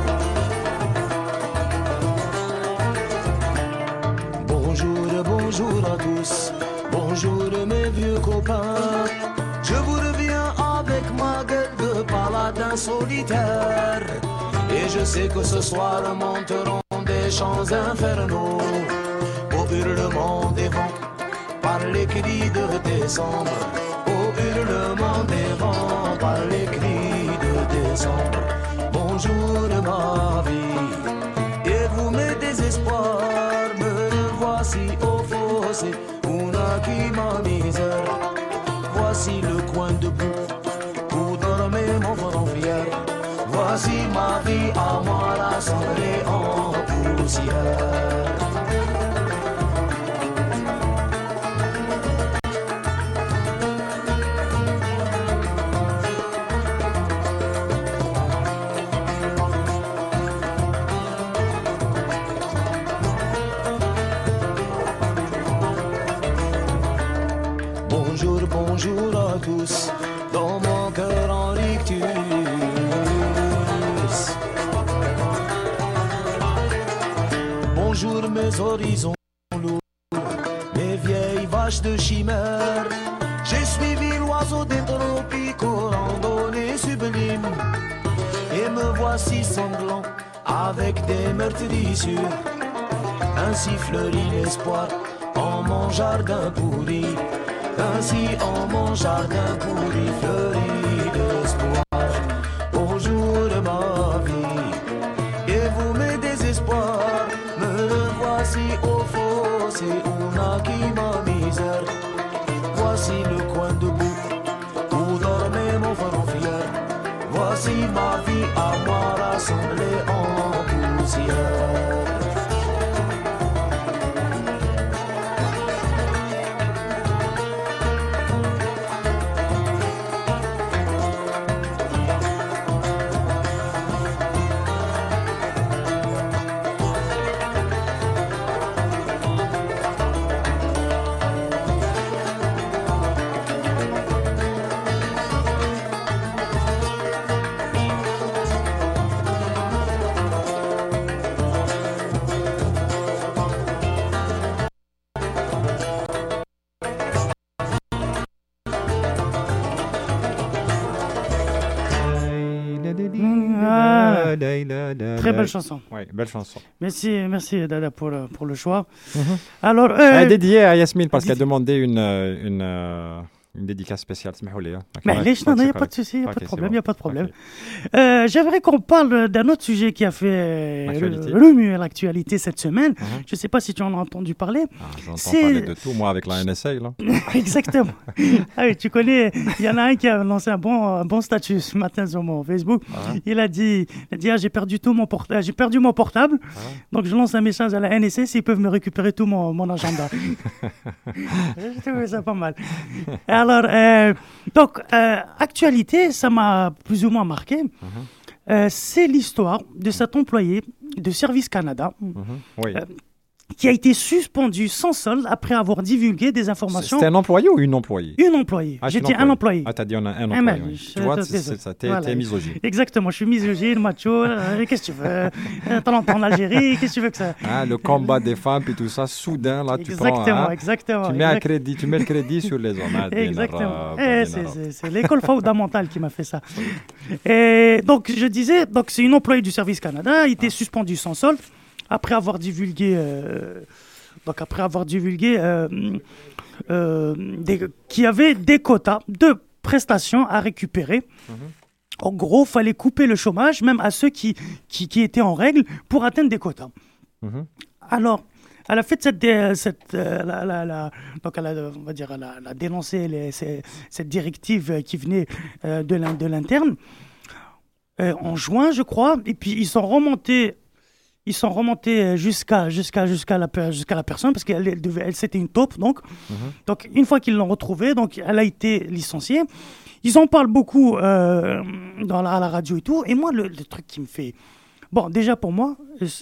Bonjour à tous. Bonjour mes vieux copains. Je vous reviens avec ma gueule de paladin solitaire. Et je sais que ce soir monteront des chants infernaux au hurlement des vents par les cris de décembre. Au hurlement des vents par les cris de décembre. Bonjour ma vie, et vous mes désespoirs, me voici au fossé, on a qui ma misère. Voici le coin debout où dormait mon front fier. Voici ma vie à moi rassemblée en poussière. Bonjour à tous, dans mon cœur en rictus. Bonjour mes horizons lourds, mes vieilles vaches de chimère. J'ai suivi l'oiseau des tropiques aux randonnées sublimes. Et me voici sanglant avec des meurtrissures. Ainsi fleurit l'espoir en mon jardin pourri. Ainsi en mon jardin pourri fleurit l'espoir. Bonjour ma vie, et vous mes désespoirs, me voici au fossé, on a qui ma misère. Voici le coin debout où dormait mon front fier. Voici ma vie à moi rassemblée en poussière. Très belle chanson. Oui, belle chanson. Merci Dada pour le choix. Alors, dédié à Yasmine parce qu'elle a demandé une dédicace spéciale. Mais il n'y a pas de souci, il n'y a pas de problème. Okay. J'aimerais qu'on parle d'un autre sujet qui a fait remuer l'actualité cette semaine. Je ne sais pas si tu en as entendu parler. J'entends parler de tout, moi, avec la NSA. Là. Exactement. Oui, tu connais, il y en a un qui a lancé un bon statut ce matin sur mon Facebook. Il a dit j'ai perdu mon portable. Donc, je lance un message à la NSA s'ils peuvent me récupérer tout mon agenda. J'ai trouvé ça pas mal. Alors, actualité, ça m'a plus ou moins marqué. C'est l'histoire de cet employé de Service Canada qui a été suspendu sans solde après avoir divulgué des informations. C'était un employé ou une employée? Une employée. J'ai dit un employé. Ah, t'as dit un employé. Tu vois, c'est ça. T'es misogyne. Exactement, je suis misogyne, macho. Qu'est-ce que tu veux? T'en entends en Algérie, qu'est-ce que tu veux que ça? Le combat des femmes et tout ça, soudain, là, tu prends. Exactement. Tu mets le crédit sur les hommes. Exactement. C'est l'école fondamentale qui m'a fait ça. Et donc, je disais, c'est une employée du Service Canada, il était suspendu sans solde. Après avoir divulgué, qu'il y avait des quotas de prestations à récupérer. En gros, il fallait couper le chômage, même à ceux qui étaient en règle, pour atteindre des quotas. Alors, elle a fait elle a dénoncé cette directive qui venait de l'interne en juin, je crois, et puis ils sont remontés jusqu'à la personne parce qu'elle c'était une taupe donc une fois qu'ils l'ont retrouvée, donc elle a été licenciée. Ils en parlent beaucoup à la radio et tout, et moi le truc qui me fait déjà pour moi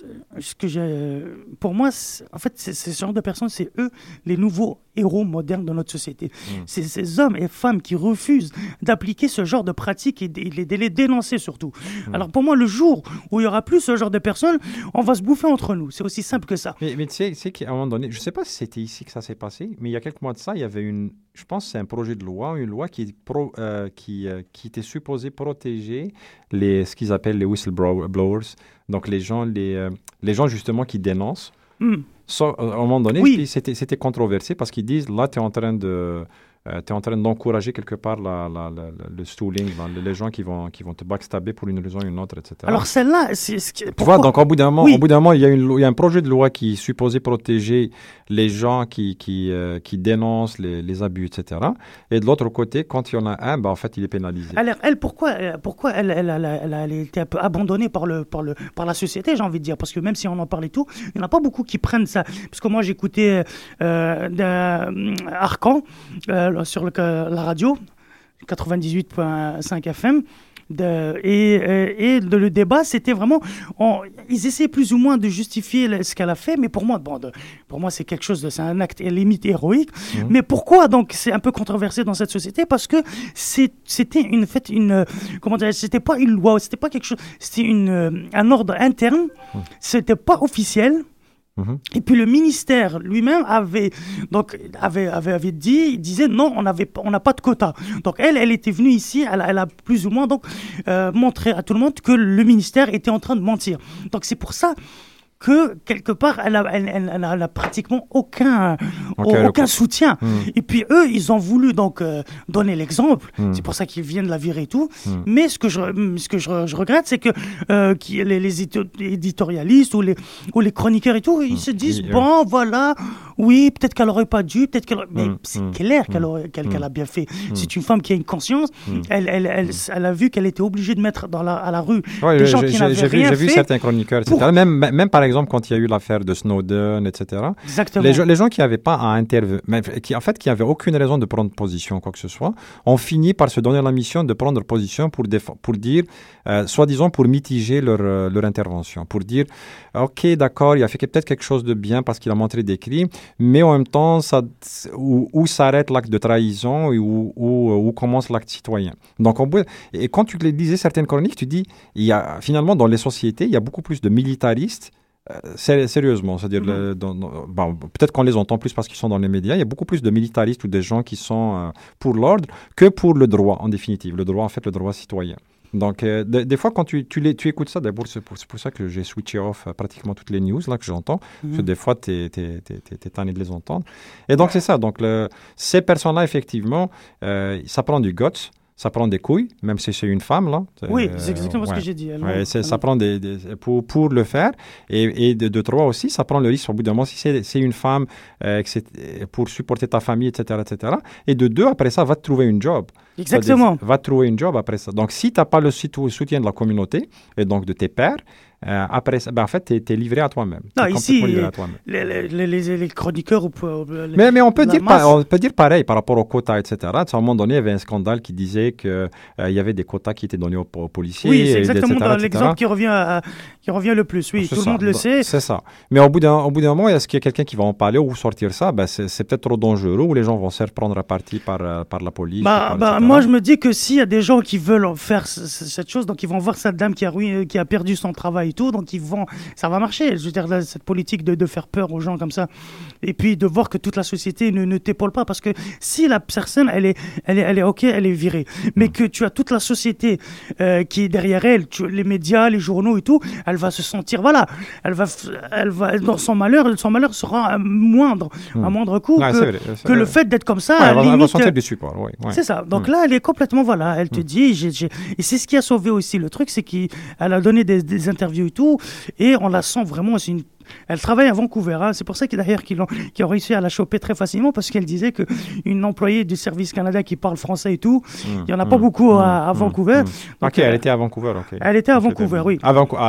en fait c'est ce genre de personnes, c'est eux les nouveaux héros modernes de notre société. C'est ces hommes et femmes qui refusent d'appliquer ce genre de pratiques et de les dénoncer surtout. Alors pour moi, le jour où il y aura plus ce genre de personnes, on va se bouffer entre nous. C'est aussi simple que ça. Mais tu sais qu'à un moment donné, je ne sais pas si c'était ici que ça s'est passé, mais il y a quelques mois de ça, il y avait je pense que c'est un projet de loi, une loi qui était supposée protéger ce qu'ils appellent les whistleblowers, donc les gens justement qui dénoncent. À un moment donné, c'était controversé parce qu'ils disent, là, tu es en train d'encourager quelque part le stooling, les gens qui vont te backstabber pour une raison ou une autre, etc. Alors celle-là, tu vois, donc au bout d'un moment, il y a un projet de loi qui est supposé protéger les gens qui dénoncent les abus, etc. Et de l'autre côté, quand il y en a un, en fait, il est pénalisé. Alors, elle, pourquoi elle a été un peu abandonnée par la société, j'ai envie de dire, parce que même si on en parle et tout, il n'y en a pas beaucoup qui prennent ça. Parce que moi, j'écoutais Arcan, sur la radio 98.5 FM et le débat c'était vraiment ils essaient plus ou moins de justifier ce qu'elle a fait, mais pour moi c'est quelque chose c'est un acte limite héroïque. Mais pourquoi donc c'est un peu controversé dans cette société? Parce que c'était comment dire, c'était pas une loi, c'était pas quelque chose, c'était un ordre interne, c'était pas officiel. Et puis le ministère lui-même disait non, on n'a pas de quota. Donc elle était venue ici, elle a plus ou moins montré à tout le monde que le ministère était en train de mentir. Donc c'est pour ça que quelque part elle a pratiquement aucun soutien. Et puis eux ils ont voulu donc donner l'exemple. C'est pour ça qu'ils viennent la virer et tout. Mais ce que je regrette, c'est que les éditorialistes ou les chroniqueurs et tout, ils se disent voilà, oui, peut-être qu'elle aurait pas dû, mais c'est clair qu'elle a bien fait. C'est une femme qui a une conscience. Elle a vu qu'elle était obligée de mettre à la rue des gens qui n'avaient rien fait. J'ai vu certains chroniqueurs, etc. Même par exemple, quand il y a eu l'affaire de Snowden, etc., les gens qui n'avaient pas à intervenir, qui n'avaient aucune raison de prendre position, quoi que ce soit, ont fini par se donner la mission de prendre position pour dire, soi-disant, pour mitiger leur intervention, pour dire, OK, d'accord, il a fait peut-être quelque chose de bien parce qu'il a montré des crimes, mais en même temps, où s'arrête l'acte de trahison et où commence l'acte citoyen. Donc, et quand tu lisais certaines chroniques, tu dis, finalement, dans les sociétés, il y a beaucoup plus de militaristes. Sérieusement, c'est-à-dire peut-être qu'on les entend plus parce qu'ils sont dans les médias, il y a beaucoup plus de militaristes ou des gens qui sont pour l'ordre que pour le droit, en définitive, le droit citoyen. Donc, des fois, quand tu écoutes ça, d'abord, c'est pour ça que j'ai switché off pratiquement toutes les news là, que j'entends. Parce que des fois, tu es tanné de les entendre. Et donc, c'est ça. Donc, ces personnes-là, effectivement, ça prend du guts. Ça prend des couilles, même si c'est une femme, là. Oui, c'est exactement ce que j'ai dit. Ça prend pour le faire. Et de trois aussi, ça prend le risque, au bout d'un moment, si c'est une femme pour supporter ta famille, etc., etc. Et de deux, après ça, va te trouver une job. Exactement. Va te trouver une job après ça. Donc, si tu n'as pas le soutien de la communauté, et donc de tes pairs, après ça, en fait, tu es livré à toi-même. Non, ici, les chroniqueurs... Mais on peut dire pareil par rapport aux quotas, etc. À un moment donné, il y avait un scandale qui disait qu'il y avait des quotas qui étaient donnés aux policiers. Oui, c'est exactement dans l'exemple qui revient le plus. Oui, tout le monde le sait. C'est ça. Mais au bout d'un moment, est-ce qu'il y a quelqu'un qui va en parler ou sortir ça? C'est peut-être trop dangereux ou les gens vont se faire prendre à partie par la police. Moi, je me dis que s'il y a des gens qui veulent faire cette chose, donc ils vont voir cette dame qui a perdu son travail et tout, donc ça va marcher. Je veux dire, cette politique de faire peur aux gens comme ça, et puis de voir que toute la société ne t'épaule pas, parce que si la personne elle est ok, elle est virée, mais que tu as toute la société qui est derrière elle, les médias, les journaux et tout, elle va se sentir, elle va dans son malheur sera à moindre coût que le fait d'être comme ça. Elle va sentir du support. Oui. C'est ça. Donc là, elle est complètement elle te dit, et c'est ce qui a sauvé aussi le truc, c'est qu'elle a donné des interviews et tout, et on la sent vraiment, elle travaille à Vancouver, hein. C'est pour ça qu'ils ont réussi à la choper très facilement, parce qu'elle disait qu'une employée du Service Canada qui parle français et tout, il n'y en a pas beaucoup à Vancouver. Donc, elle était à Vancouver. Elle était à Vancouver, oui.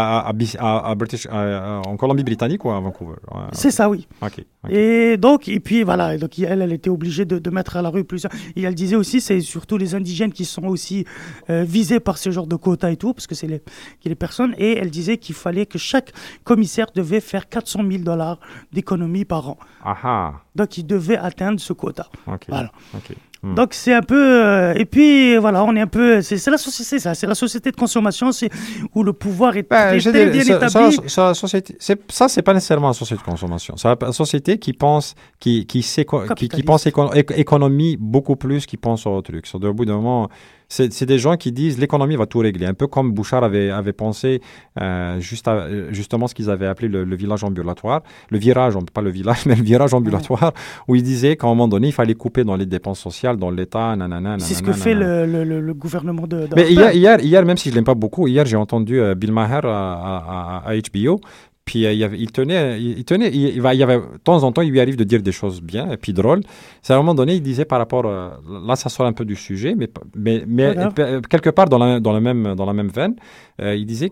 En Colombie-Britannique ou à Vancouver? C'est ça, oui. Okay. Et puis voilà, donc elle était obligée de mettre à la rue plusieurs. Et elle disait aussi, c'est surtout les indigènes qui sont aussi visés par ce genre de quotas et tout, parce que c'est les personnes. Et elle disait qu'il fallait que chaque commissaire devait faire $400,000 d'économie par an. Aha. Donc il devait atteindre ce quota. Okay. Voilà. Okay. Donc c'est un peu et puis voilà, on est un peu c'est la société, c'est la société de consommation, c'est où le pouvoir est très bien établi. Ça c'est pas nécessairement une société de consommation, c'est une société qui pense qui pense économie beaucoup plus qu'il pense aux trucs. Au bout d'un moment, c'est des gens qui disent l'économie va tout régler, un peu comme Bouchard avait pensé justement ce qu'ils avaient appelé le village ambulatoire, le virage ambulatoire, où il disait qu'à un moment donné il fallait couper dans les dépenses sociales, dans l'État, c'est ce que fait le gouvernement de Mais hier, même si je l'aime pas beaucoup, hier j'ai entendu Bill Maher à HBO. Puis il tenait, de temps en temps, il lui arrive de dire des choses bien et puis drôles. C'est à un moment donné, il disait par rapport, là ça sort un peu du sujet, mais quelque part dans la même veine, il disait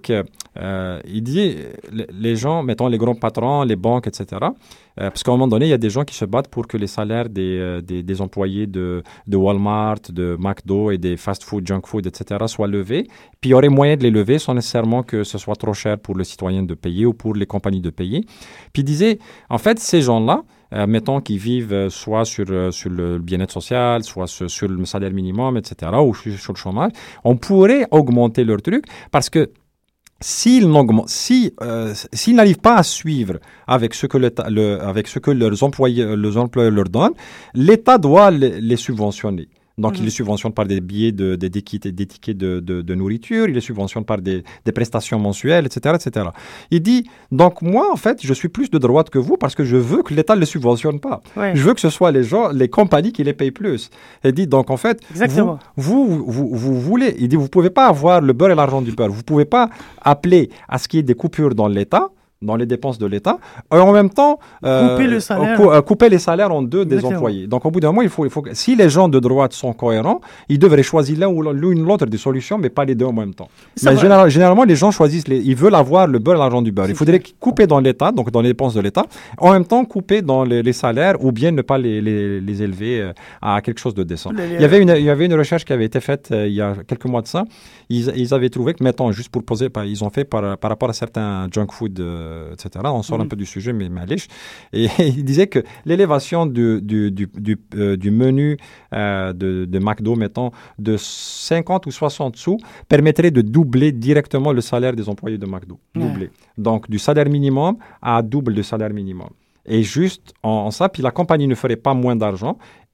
les gens, mettons les grands patrons, les banques, etc. Parce qu'à un moment donné, il y a des gens qui se battent pour que les salaires des employés de Walmart, de McDo et des fast-food, junk-food, etc. soient levés. Puis il y aurait moyen de les lever sans nécessairement que ce soit trop cher pour le citoyen de payer ou pour les compagnies de payer. Puis il disait, en fait, ces gens-là, mettons qu'ils vivent soit sur le bien-être social, soit sur le salaire minimum, etc., ou sur le chômage, on pourrait augmenter leur truc parce que s'ils n'arrivent pas à suivre avec ce que leurs employeurs leur donnent, l'État doit les subventionner. Donc, il les subventionne par des billets des tickets de nourriture, il les subventionne par des prestations mensuelles, etc., etc. Il dit, donc moi, en fait, je suis plus de droite que vous parce que je veux que l'État ne les subventionne pas. Ouais. Je veux que ce soit les compagnies qui les payent plus. Il dit, donc en fait, vous voulez, il dit, vous ne pouvez pas avoir le beurre et l'argent du beurre. Vous ne pouvez pas appeler à ce qu'il y ait des coupures dans l'État, dans les dépenses de l'État, et en même temps couper les salaires en deux des employés. Donc au bout d'un moment, il faut que, si les gens de droite sont cohérents, ils devraient choisir l'un ou l'autre des solutions, mais pas les deux en même temps. Mais généralement, les gens choisissent, ils veulent avoir le beurre et l'argent du beurre. Il faudrait couper dans l'État, donc dans les dépenses de l'État, en même temps couper dans les salaires ou bien ne pas les élever à quelque chose de décent. Il y avait une recherche qui avait été faite il y a quelques mois de ça. Ils avaient trouvé que, mettons, juste pour poser, ils ont fait par rapport à certains junk food, etc. On sort un peu du sujet, mais maliche. Et il disait que l'élévation du menu de McDo, mettons, de 50 ou 60 sous, permettrait de doubler directement le salaire des employés de McDo. Doubler. Donc, du salaire minimum à double du salaire minimum. Et juste en ça, puis la compagnie ne ferait pas moins d'argent.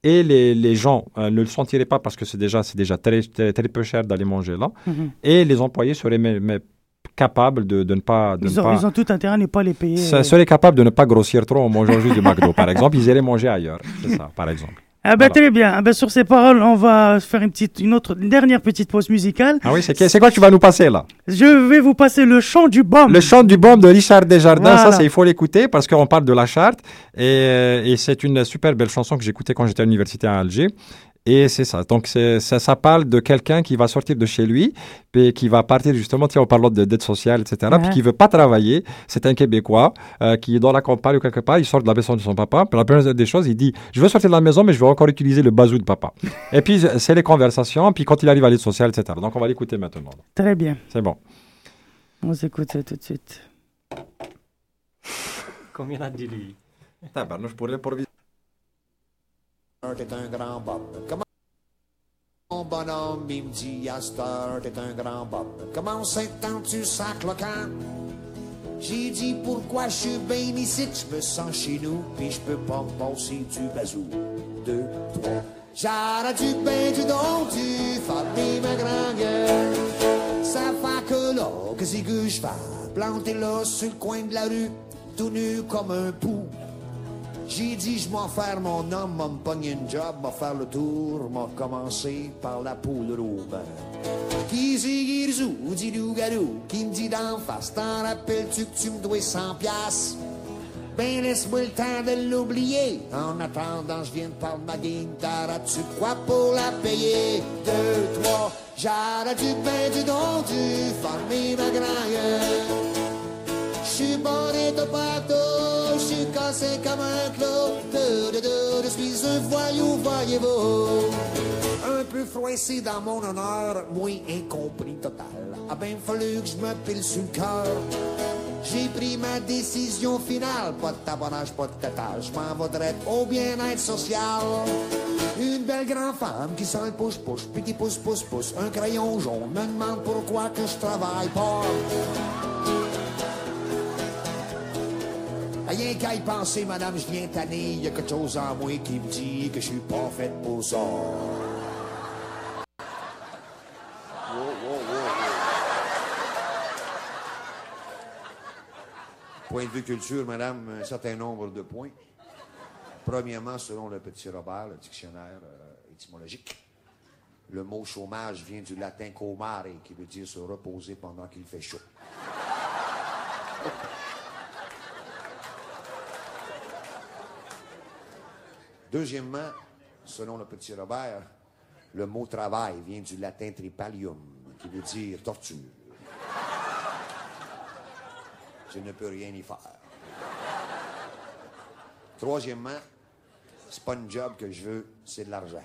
et les gens ne le sentiraient pas parce que c'est déjà très, très, très peu cher d'aller manger là. Et les employés seraient capables de ne pas... Ils ont tout intérêt à ne pas les payer. Seraient capables de ne pas grossir trop en mangeant juste du McDo, par exemple. Ils iraient manger ailleurs. C'est ça, par exemple. Ah ben, très bien. Ah ben, sur ces paroles, on va faire une dernière petite pause musicale. Ah oui, c'est quoi que tu vas nous passer là? Je vais vous passer le chant du Baume. Le chant du Baume de Richard Desjardins. Voilà. Ça, il faut l'écouter parce qu'on parle de la Charte et c'est une super belle chanson que j'écoutais quand j'étais à l'université à Alger. Et c'est ça. Donc, ça parle de quelqu'un qui va sortir de chez lui, puis qui va partir justement, en parlant de dette sociale, etc., puis qui veut pas travailler. C'est un Québécois qui est dans la campagne ou quelque part, il sort de la maison de son papa. Puis la première des choses, il dit, je veux sortir de la maison, mais je veux encore utiliser le bazou de papa. Et puis, c'est les conversations, puis quand il arrive à l'aide sociale, etc. Donc, on va l'écouter maintenant. Très bien. C'est bon. On s'écoute ça tout de suite. Combien a dit lui? Je pourrais T'es un grand bob. Comment mon bonhomme, il me dit à cette heure, t'es un grand bob. Comment c'est tant tu sacs le camp? J'ai dit pourquoi je suis bien ici, je me sens chez nous, puis je peux pas me passer du bazou. 2, 3. J'arrête du bain du don, tu fais ma grand gueule. Ça fait que là, que c'est que je fais? Planté là sur le coin de la rue, tout nu comme un pou. J'ai dit, je m'en faire mon homme, m'a me pogner une job, m'a faire le tour, m'a commencé par la poule rouge. Qui c'est Girzou, dit loup-garou, qui me dit d'en face, t'en rappelles-tu que tu me dois 100 piastres? Ben laisse-moi le temps de l'oublier, en attendant je viens de parler de ma guitare, tu quoi pour la payer? 2, 3, j'arrête du pain du don, tu fermes ma grand-gueule. J'suis borné de bateau, j'suis cassé comme un clou. Je suis un voyou, voyez-vous. Un peu froissé dans mon honneur, moi incompris total. A ben fallu que je me pile sur le cœur. J'ai pris ma décision finale, pas de tabonnage, pas de tétage. J'm'en vais direct au bien-être social. Une belle grande femme qui sent le push-push, puis qui pousse. Un crayon jaune me demande pourquoi que je travaille pas. Rien qu'à y penser, madame, je viens tanner. Il y a quelque chose en moi qui me dit que je suis pas fait pour ça. Point de vue culture, madame, un certain nombre de points. Premièrement, selon le petit Robert, le dictionnaire étymologique, le mot chômage vient du latin comare, qui veut dire se reposer pendant qu'il fait chaud. Deuxièmement, selon le petit Robert, le mot travail vient du latin tripalium, qui veut dire torture. Je ne peux rien y faire. Troisièmement, c'est pas une job que je veux, c'est de l'argent.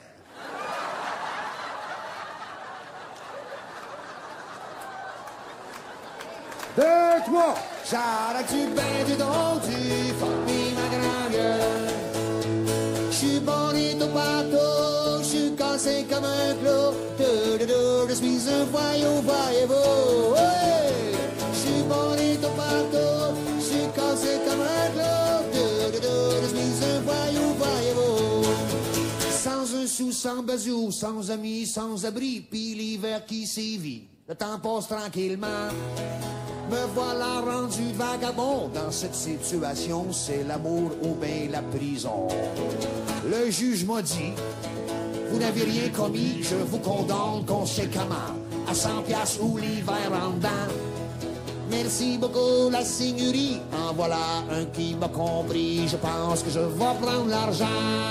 Deux, trois, j'arrête du bain du don, tu formes ma grand gueule. J'suis bonito bateau, j'suis cassé comme un clou. Je suis un voyou, voyez-vous. Ouais. J'suis bonito bateau, j'suis cassé comme un clou. Je suis un voyou, voyez-vous. Sans un sou, sans bazou, sans amis, sans abri, puis l'hiver qui sévit. Le temps passe tranquillement. Me voilà rendu vagabond dans cette situation, c'est l'amour ou bien la prison. Le juge m'a dit, vous n'avez rien commis, je vous condamne conséquemment à 100 piastres ou l'hiver en dedans. Merci beaucoup la seigneurie, en voilà un qui m'a compris, je pense que je vais prendre l'argent.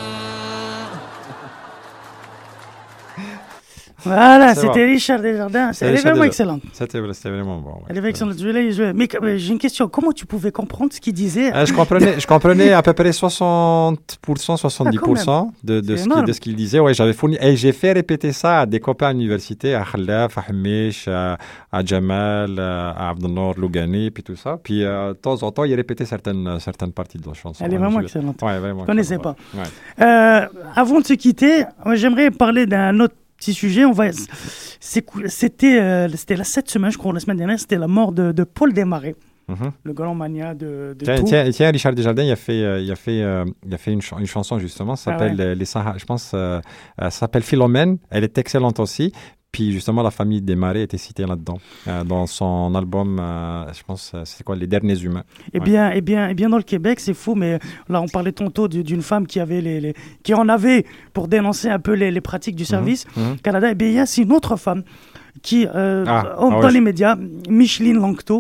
Voilà, c'était Richard Desjardins. Elle est vraiment excellente. C'était vraiment bon. Ouais. Elle est excellente. Mais j'ai une question. Comment tu pouvais comprendre ce qu'il disait? Je comprenais à peu près 60%, 70% de ce qu'il disait. Ouais, j'avais fourni. Et j'ai fait répéter ça à des copains à l'université, à Khalaf, à Hamish, à Jamal, à Abdelnour, Lougani, puis tout ça. Puis de temps en temps, il répétait certaines parties de la chanson. Elle est vraiment excellente. Ouais, vraiment. Je ne connaissais pas. Ouais. Avant de se quitter, j'aimerais parler d'un autre petit sujet. C'était cette semaine, je crois, la semaine dernière, c'était la mort de Paul Desmarais. Le grand mania de tiens, Richard Desjardins, il a fait une chanson justement, ça s'appelle Les Sahara, je pense, ça s'appelle Philomène. Elle est excellente aussi. Puis justement, la famille Desmarais était citée là-dedans, dans son album, je pense, c'est quoi, Les Derniers Humains. Et bien dans le Québec, c'est fou, mais là, on parlait tantôt d'une femme qui avait qui en avait pour dénoncer un peu les pratiques du service Canada. Et bien, il y a aussi une autre femme qui, dans les médias, Micheline Langto.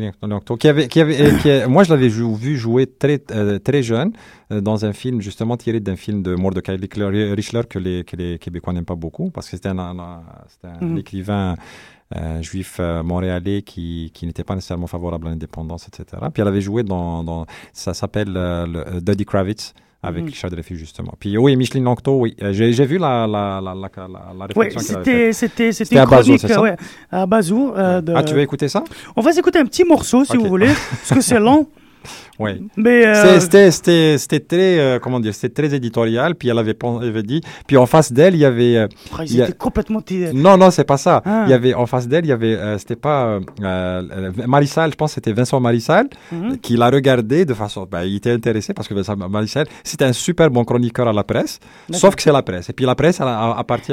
Moi, je l'avais vu jouer très jeune dans un film, justement tiré d'un film de Mordecai Richler que les Québécois n'aiment pas beaucoup, parce que c'était un écrivain juif montréalais qui n'était pas nécessairement favorable à l'indépendance, etc. Puis elle avait joué dans ça s'appelle Duddy Kravitz, avec Richard Dreyfuss, justement. Puis oui, Micheline Langto, oui. J'ai vu la réflexion qu'elle avait faite. C'était une chronique à Bazou. Tu veux écouter ça? On va s'écouter un petit morceau, si vous voulez, parce que c'est lent. Oui. Mais c'était très c'était très éditorial, puis elle avait dit, puis en face d'elle il y avait ils étaient complètement non c'est pas ça. Il y avait en face d'elle, il y avait c'était pas Marissal, je pense que c'était Vincent Marissal qui l'a regardé de façon il était intéressé parce que Vincent Marissal c'était un super bon chroniqueur à la presse, sauf que c'est la presse, et puis la presse elle appartient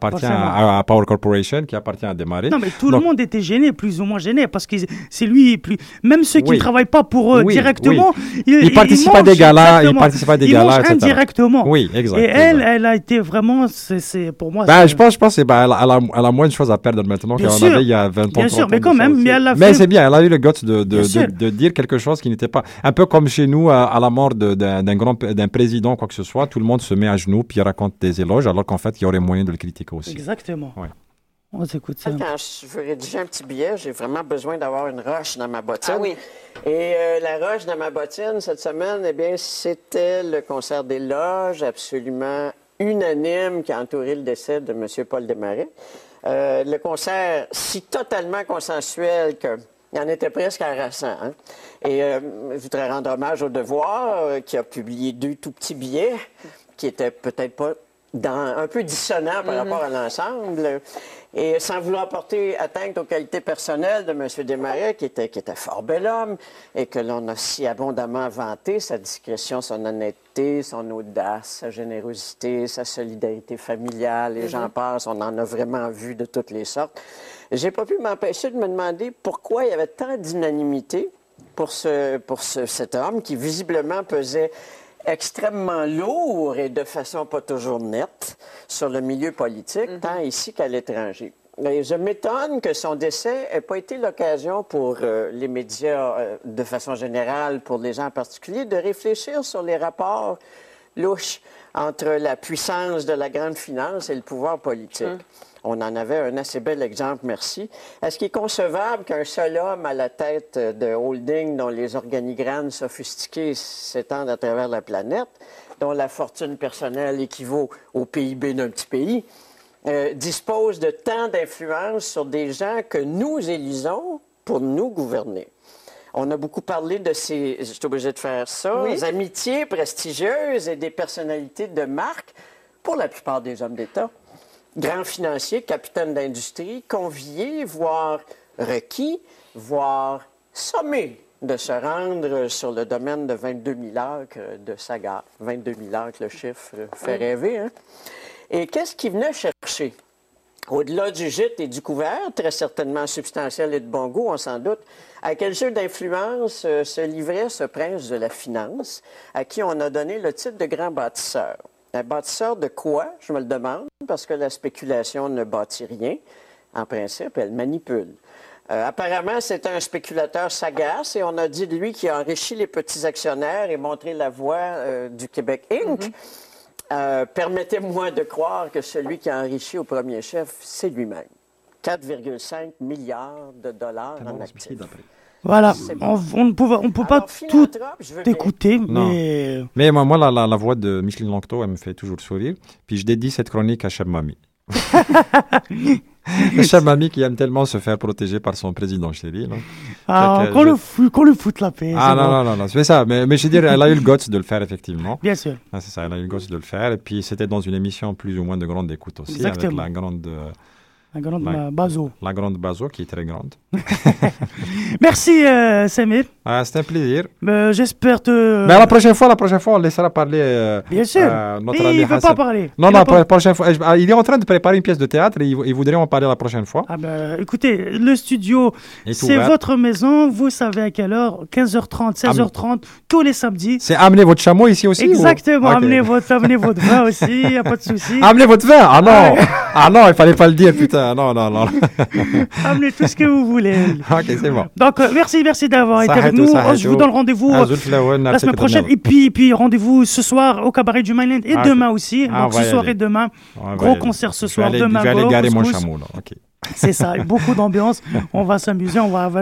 à Power Corporation qui appartient à Desmarais. Non mais tout le monde était gêné, plus ou moins gêné, parce que c'est lui même ceux qui ne travaillent pas pour eux directement. Il participe à des galas, etc. indirectement. Oui, exactement. Et elle a été vraiment, c'est pour moi. Je pense que elle a moins de choses à perdre maintenant qu'elle en avait il y a 20 ans. Bien sûr, mais quand même, mais c'est bien, elle a eu le guts de dire quelque chose qui n'était pas un peu comme chez nous à la mort d'un président, quoi que ce soit, tout le monde se met à genoux puis raconte des éloges, alors qu'en fait, il y aurait moyen de le critiquer aussi. Exactement. Ouais. On s'écoute ça. Quand je veux rédiger un petit billet, j'ai vraiment besoin d'avoir une roche dans ma bottine. Ah oui. Et la roche dans ma bottine, cette semaine, eh bien, c'était le concert des loges absolument unanime qui a entouré le décès de M. Paul Desmarais. Le concert si totalement consensuel qu'il en était presque harassant. Hein? Et je voudrais rendre hommage au Devoir, qui a publié 2 tout petits billets qui étaient peut-être pas un peu dissonants par rapport à l'ensemble. Et sans vouloir porter atteinte aux qualités personnelles de M. Desmarais, qui était fort bel homme, et que l'on a si abondamment vanté, sa discrétion, son honnêteté, son audace, sa générosité, sa solidarité familiale, et j'en passe, on en a vraiment vu de toutes les sortes. J'ai pas pu m'empêcher de me demander pourquoi il y avait tant d'unanimité pour cet homme qui visiblement pesait extrêmement lourd et de façon pas toujours nette sur le milieu politique, tant ici qu'à l'étranger. Et je m'étonne que son décès n'ait pas été l'occasion pour les médias, de façon générale, pour les gens en particulier, de réfléchir sur les rapports louches entre la puissance de la grande finance et le pouvoir politique. On en avait un assez bel exemple, merci. Est-ce qu'il est concevable qu'un seul homme à la tête de holding dont les organigrammes sophistiqués s'étendent à travers la planète, dont la fortune personnelle équivaut au PIB d'un petit pays, dispose de tant d'influence sur des gens que nous élisons pour nous gouverner? On a beaucoup parlé de ces, je suis obligé de faire ça, amitiés prestigieuses et des personnalités de marque pour la plupart des hommes d'État. Grands financiers, capitaines d'industrie, conviés, voire requis, voire sommés de se rendre sur le domaine de 22 000 acres de Sagar. 22 000 acres, le chiffre fait rêver, hein? Et qu'est-ce qu'ils venaient chercher? Au-delà du gîte et du couvert, très certainement substantiel et de bon goût, on s'en doute, à quel jeu d'influence se livrait ce prince de la finance, à qui on a donné le titre de grand bâtisseur? Un bâtisseur de quoi, je me le demande, parce que la spéculation ne bâtit rien. En principe, elle manipule. Apparemment, c'est un spéculateur sagace et on a dit de lui qu'il a enrichi les petits actionnaires et montré la voie du Québec Inc. Permettez-moi de croire que celui qui a enrichi au premier chef, c'est lui-même. 4,5 milliards de dollars en actifs. Voilà, on ne peut pas tout écouter, mais... Mais moi la voix de Micheline Langto, elle me fait toujours sourire. Puis je dédie cette chronique à Cheb Mami. Cheb Mami qui aime tellement se faire protéger par son président chéri. Qu'on le foute la paix. Non, c'est ça. Mais je veux dire, elle a eu le guts de le faire, effectivement. Bien sûr. C'est ça, elle a eu le guts de le faire. Et puis c'était dans une émission plus ou moins de grande écoute aussi. Exactement. Avec la grande... La grande Bazo. La grande Bazo qui est très grande. Merci Samir. C'était un plaisir. J'espère te... Mais la prochaine fois, on laissera parler bien sûr. notre ami il ne veut Hassan. pas parler. La prochaine fois. Il est en train de préparer une pièce de théâtre et il voudrait en parler la prochaine fois. Écoutez, le studio, c'est votre maison. Vous savez à quelle heure? 15h30, 16h30, tous les samedis. C'est amener votre chameau ici aussi? Exactement. Amenez votre vin aussi, il n'y a pas de souci. Amenez votre vin? Ah non. Ah non, il fallait pas le dire, putain. Non. Amenez tout ce que vous voulez. Ok, c'est bon. Donc, merci d'avoir été avec nous. Je vous donne rendez-vous la semaine prochaine. Et puis rendez-vous ce soir au Cabaret du Mainland et demain aussi. Donc, ce soir et demain. Gros concert ce soir. Demain, je vais aller garer mon chameau, là. Ok. C'est ça. Beaucoup d'ambiance. On va s'amuser. On va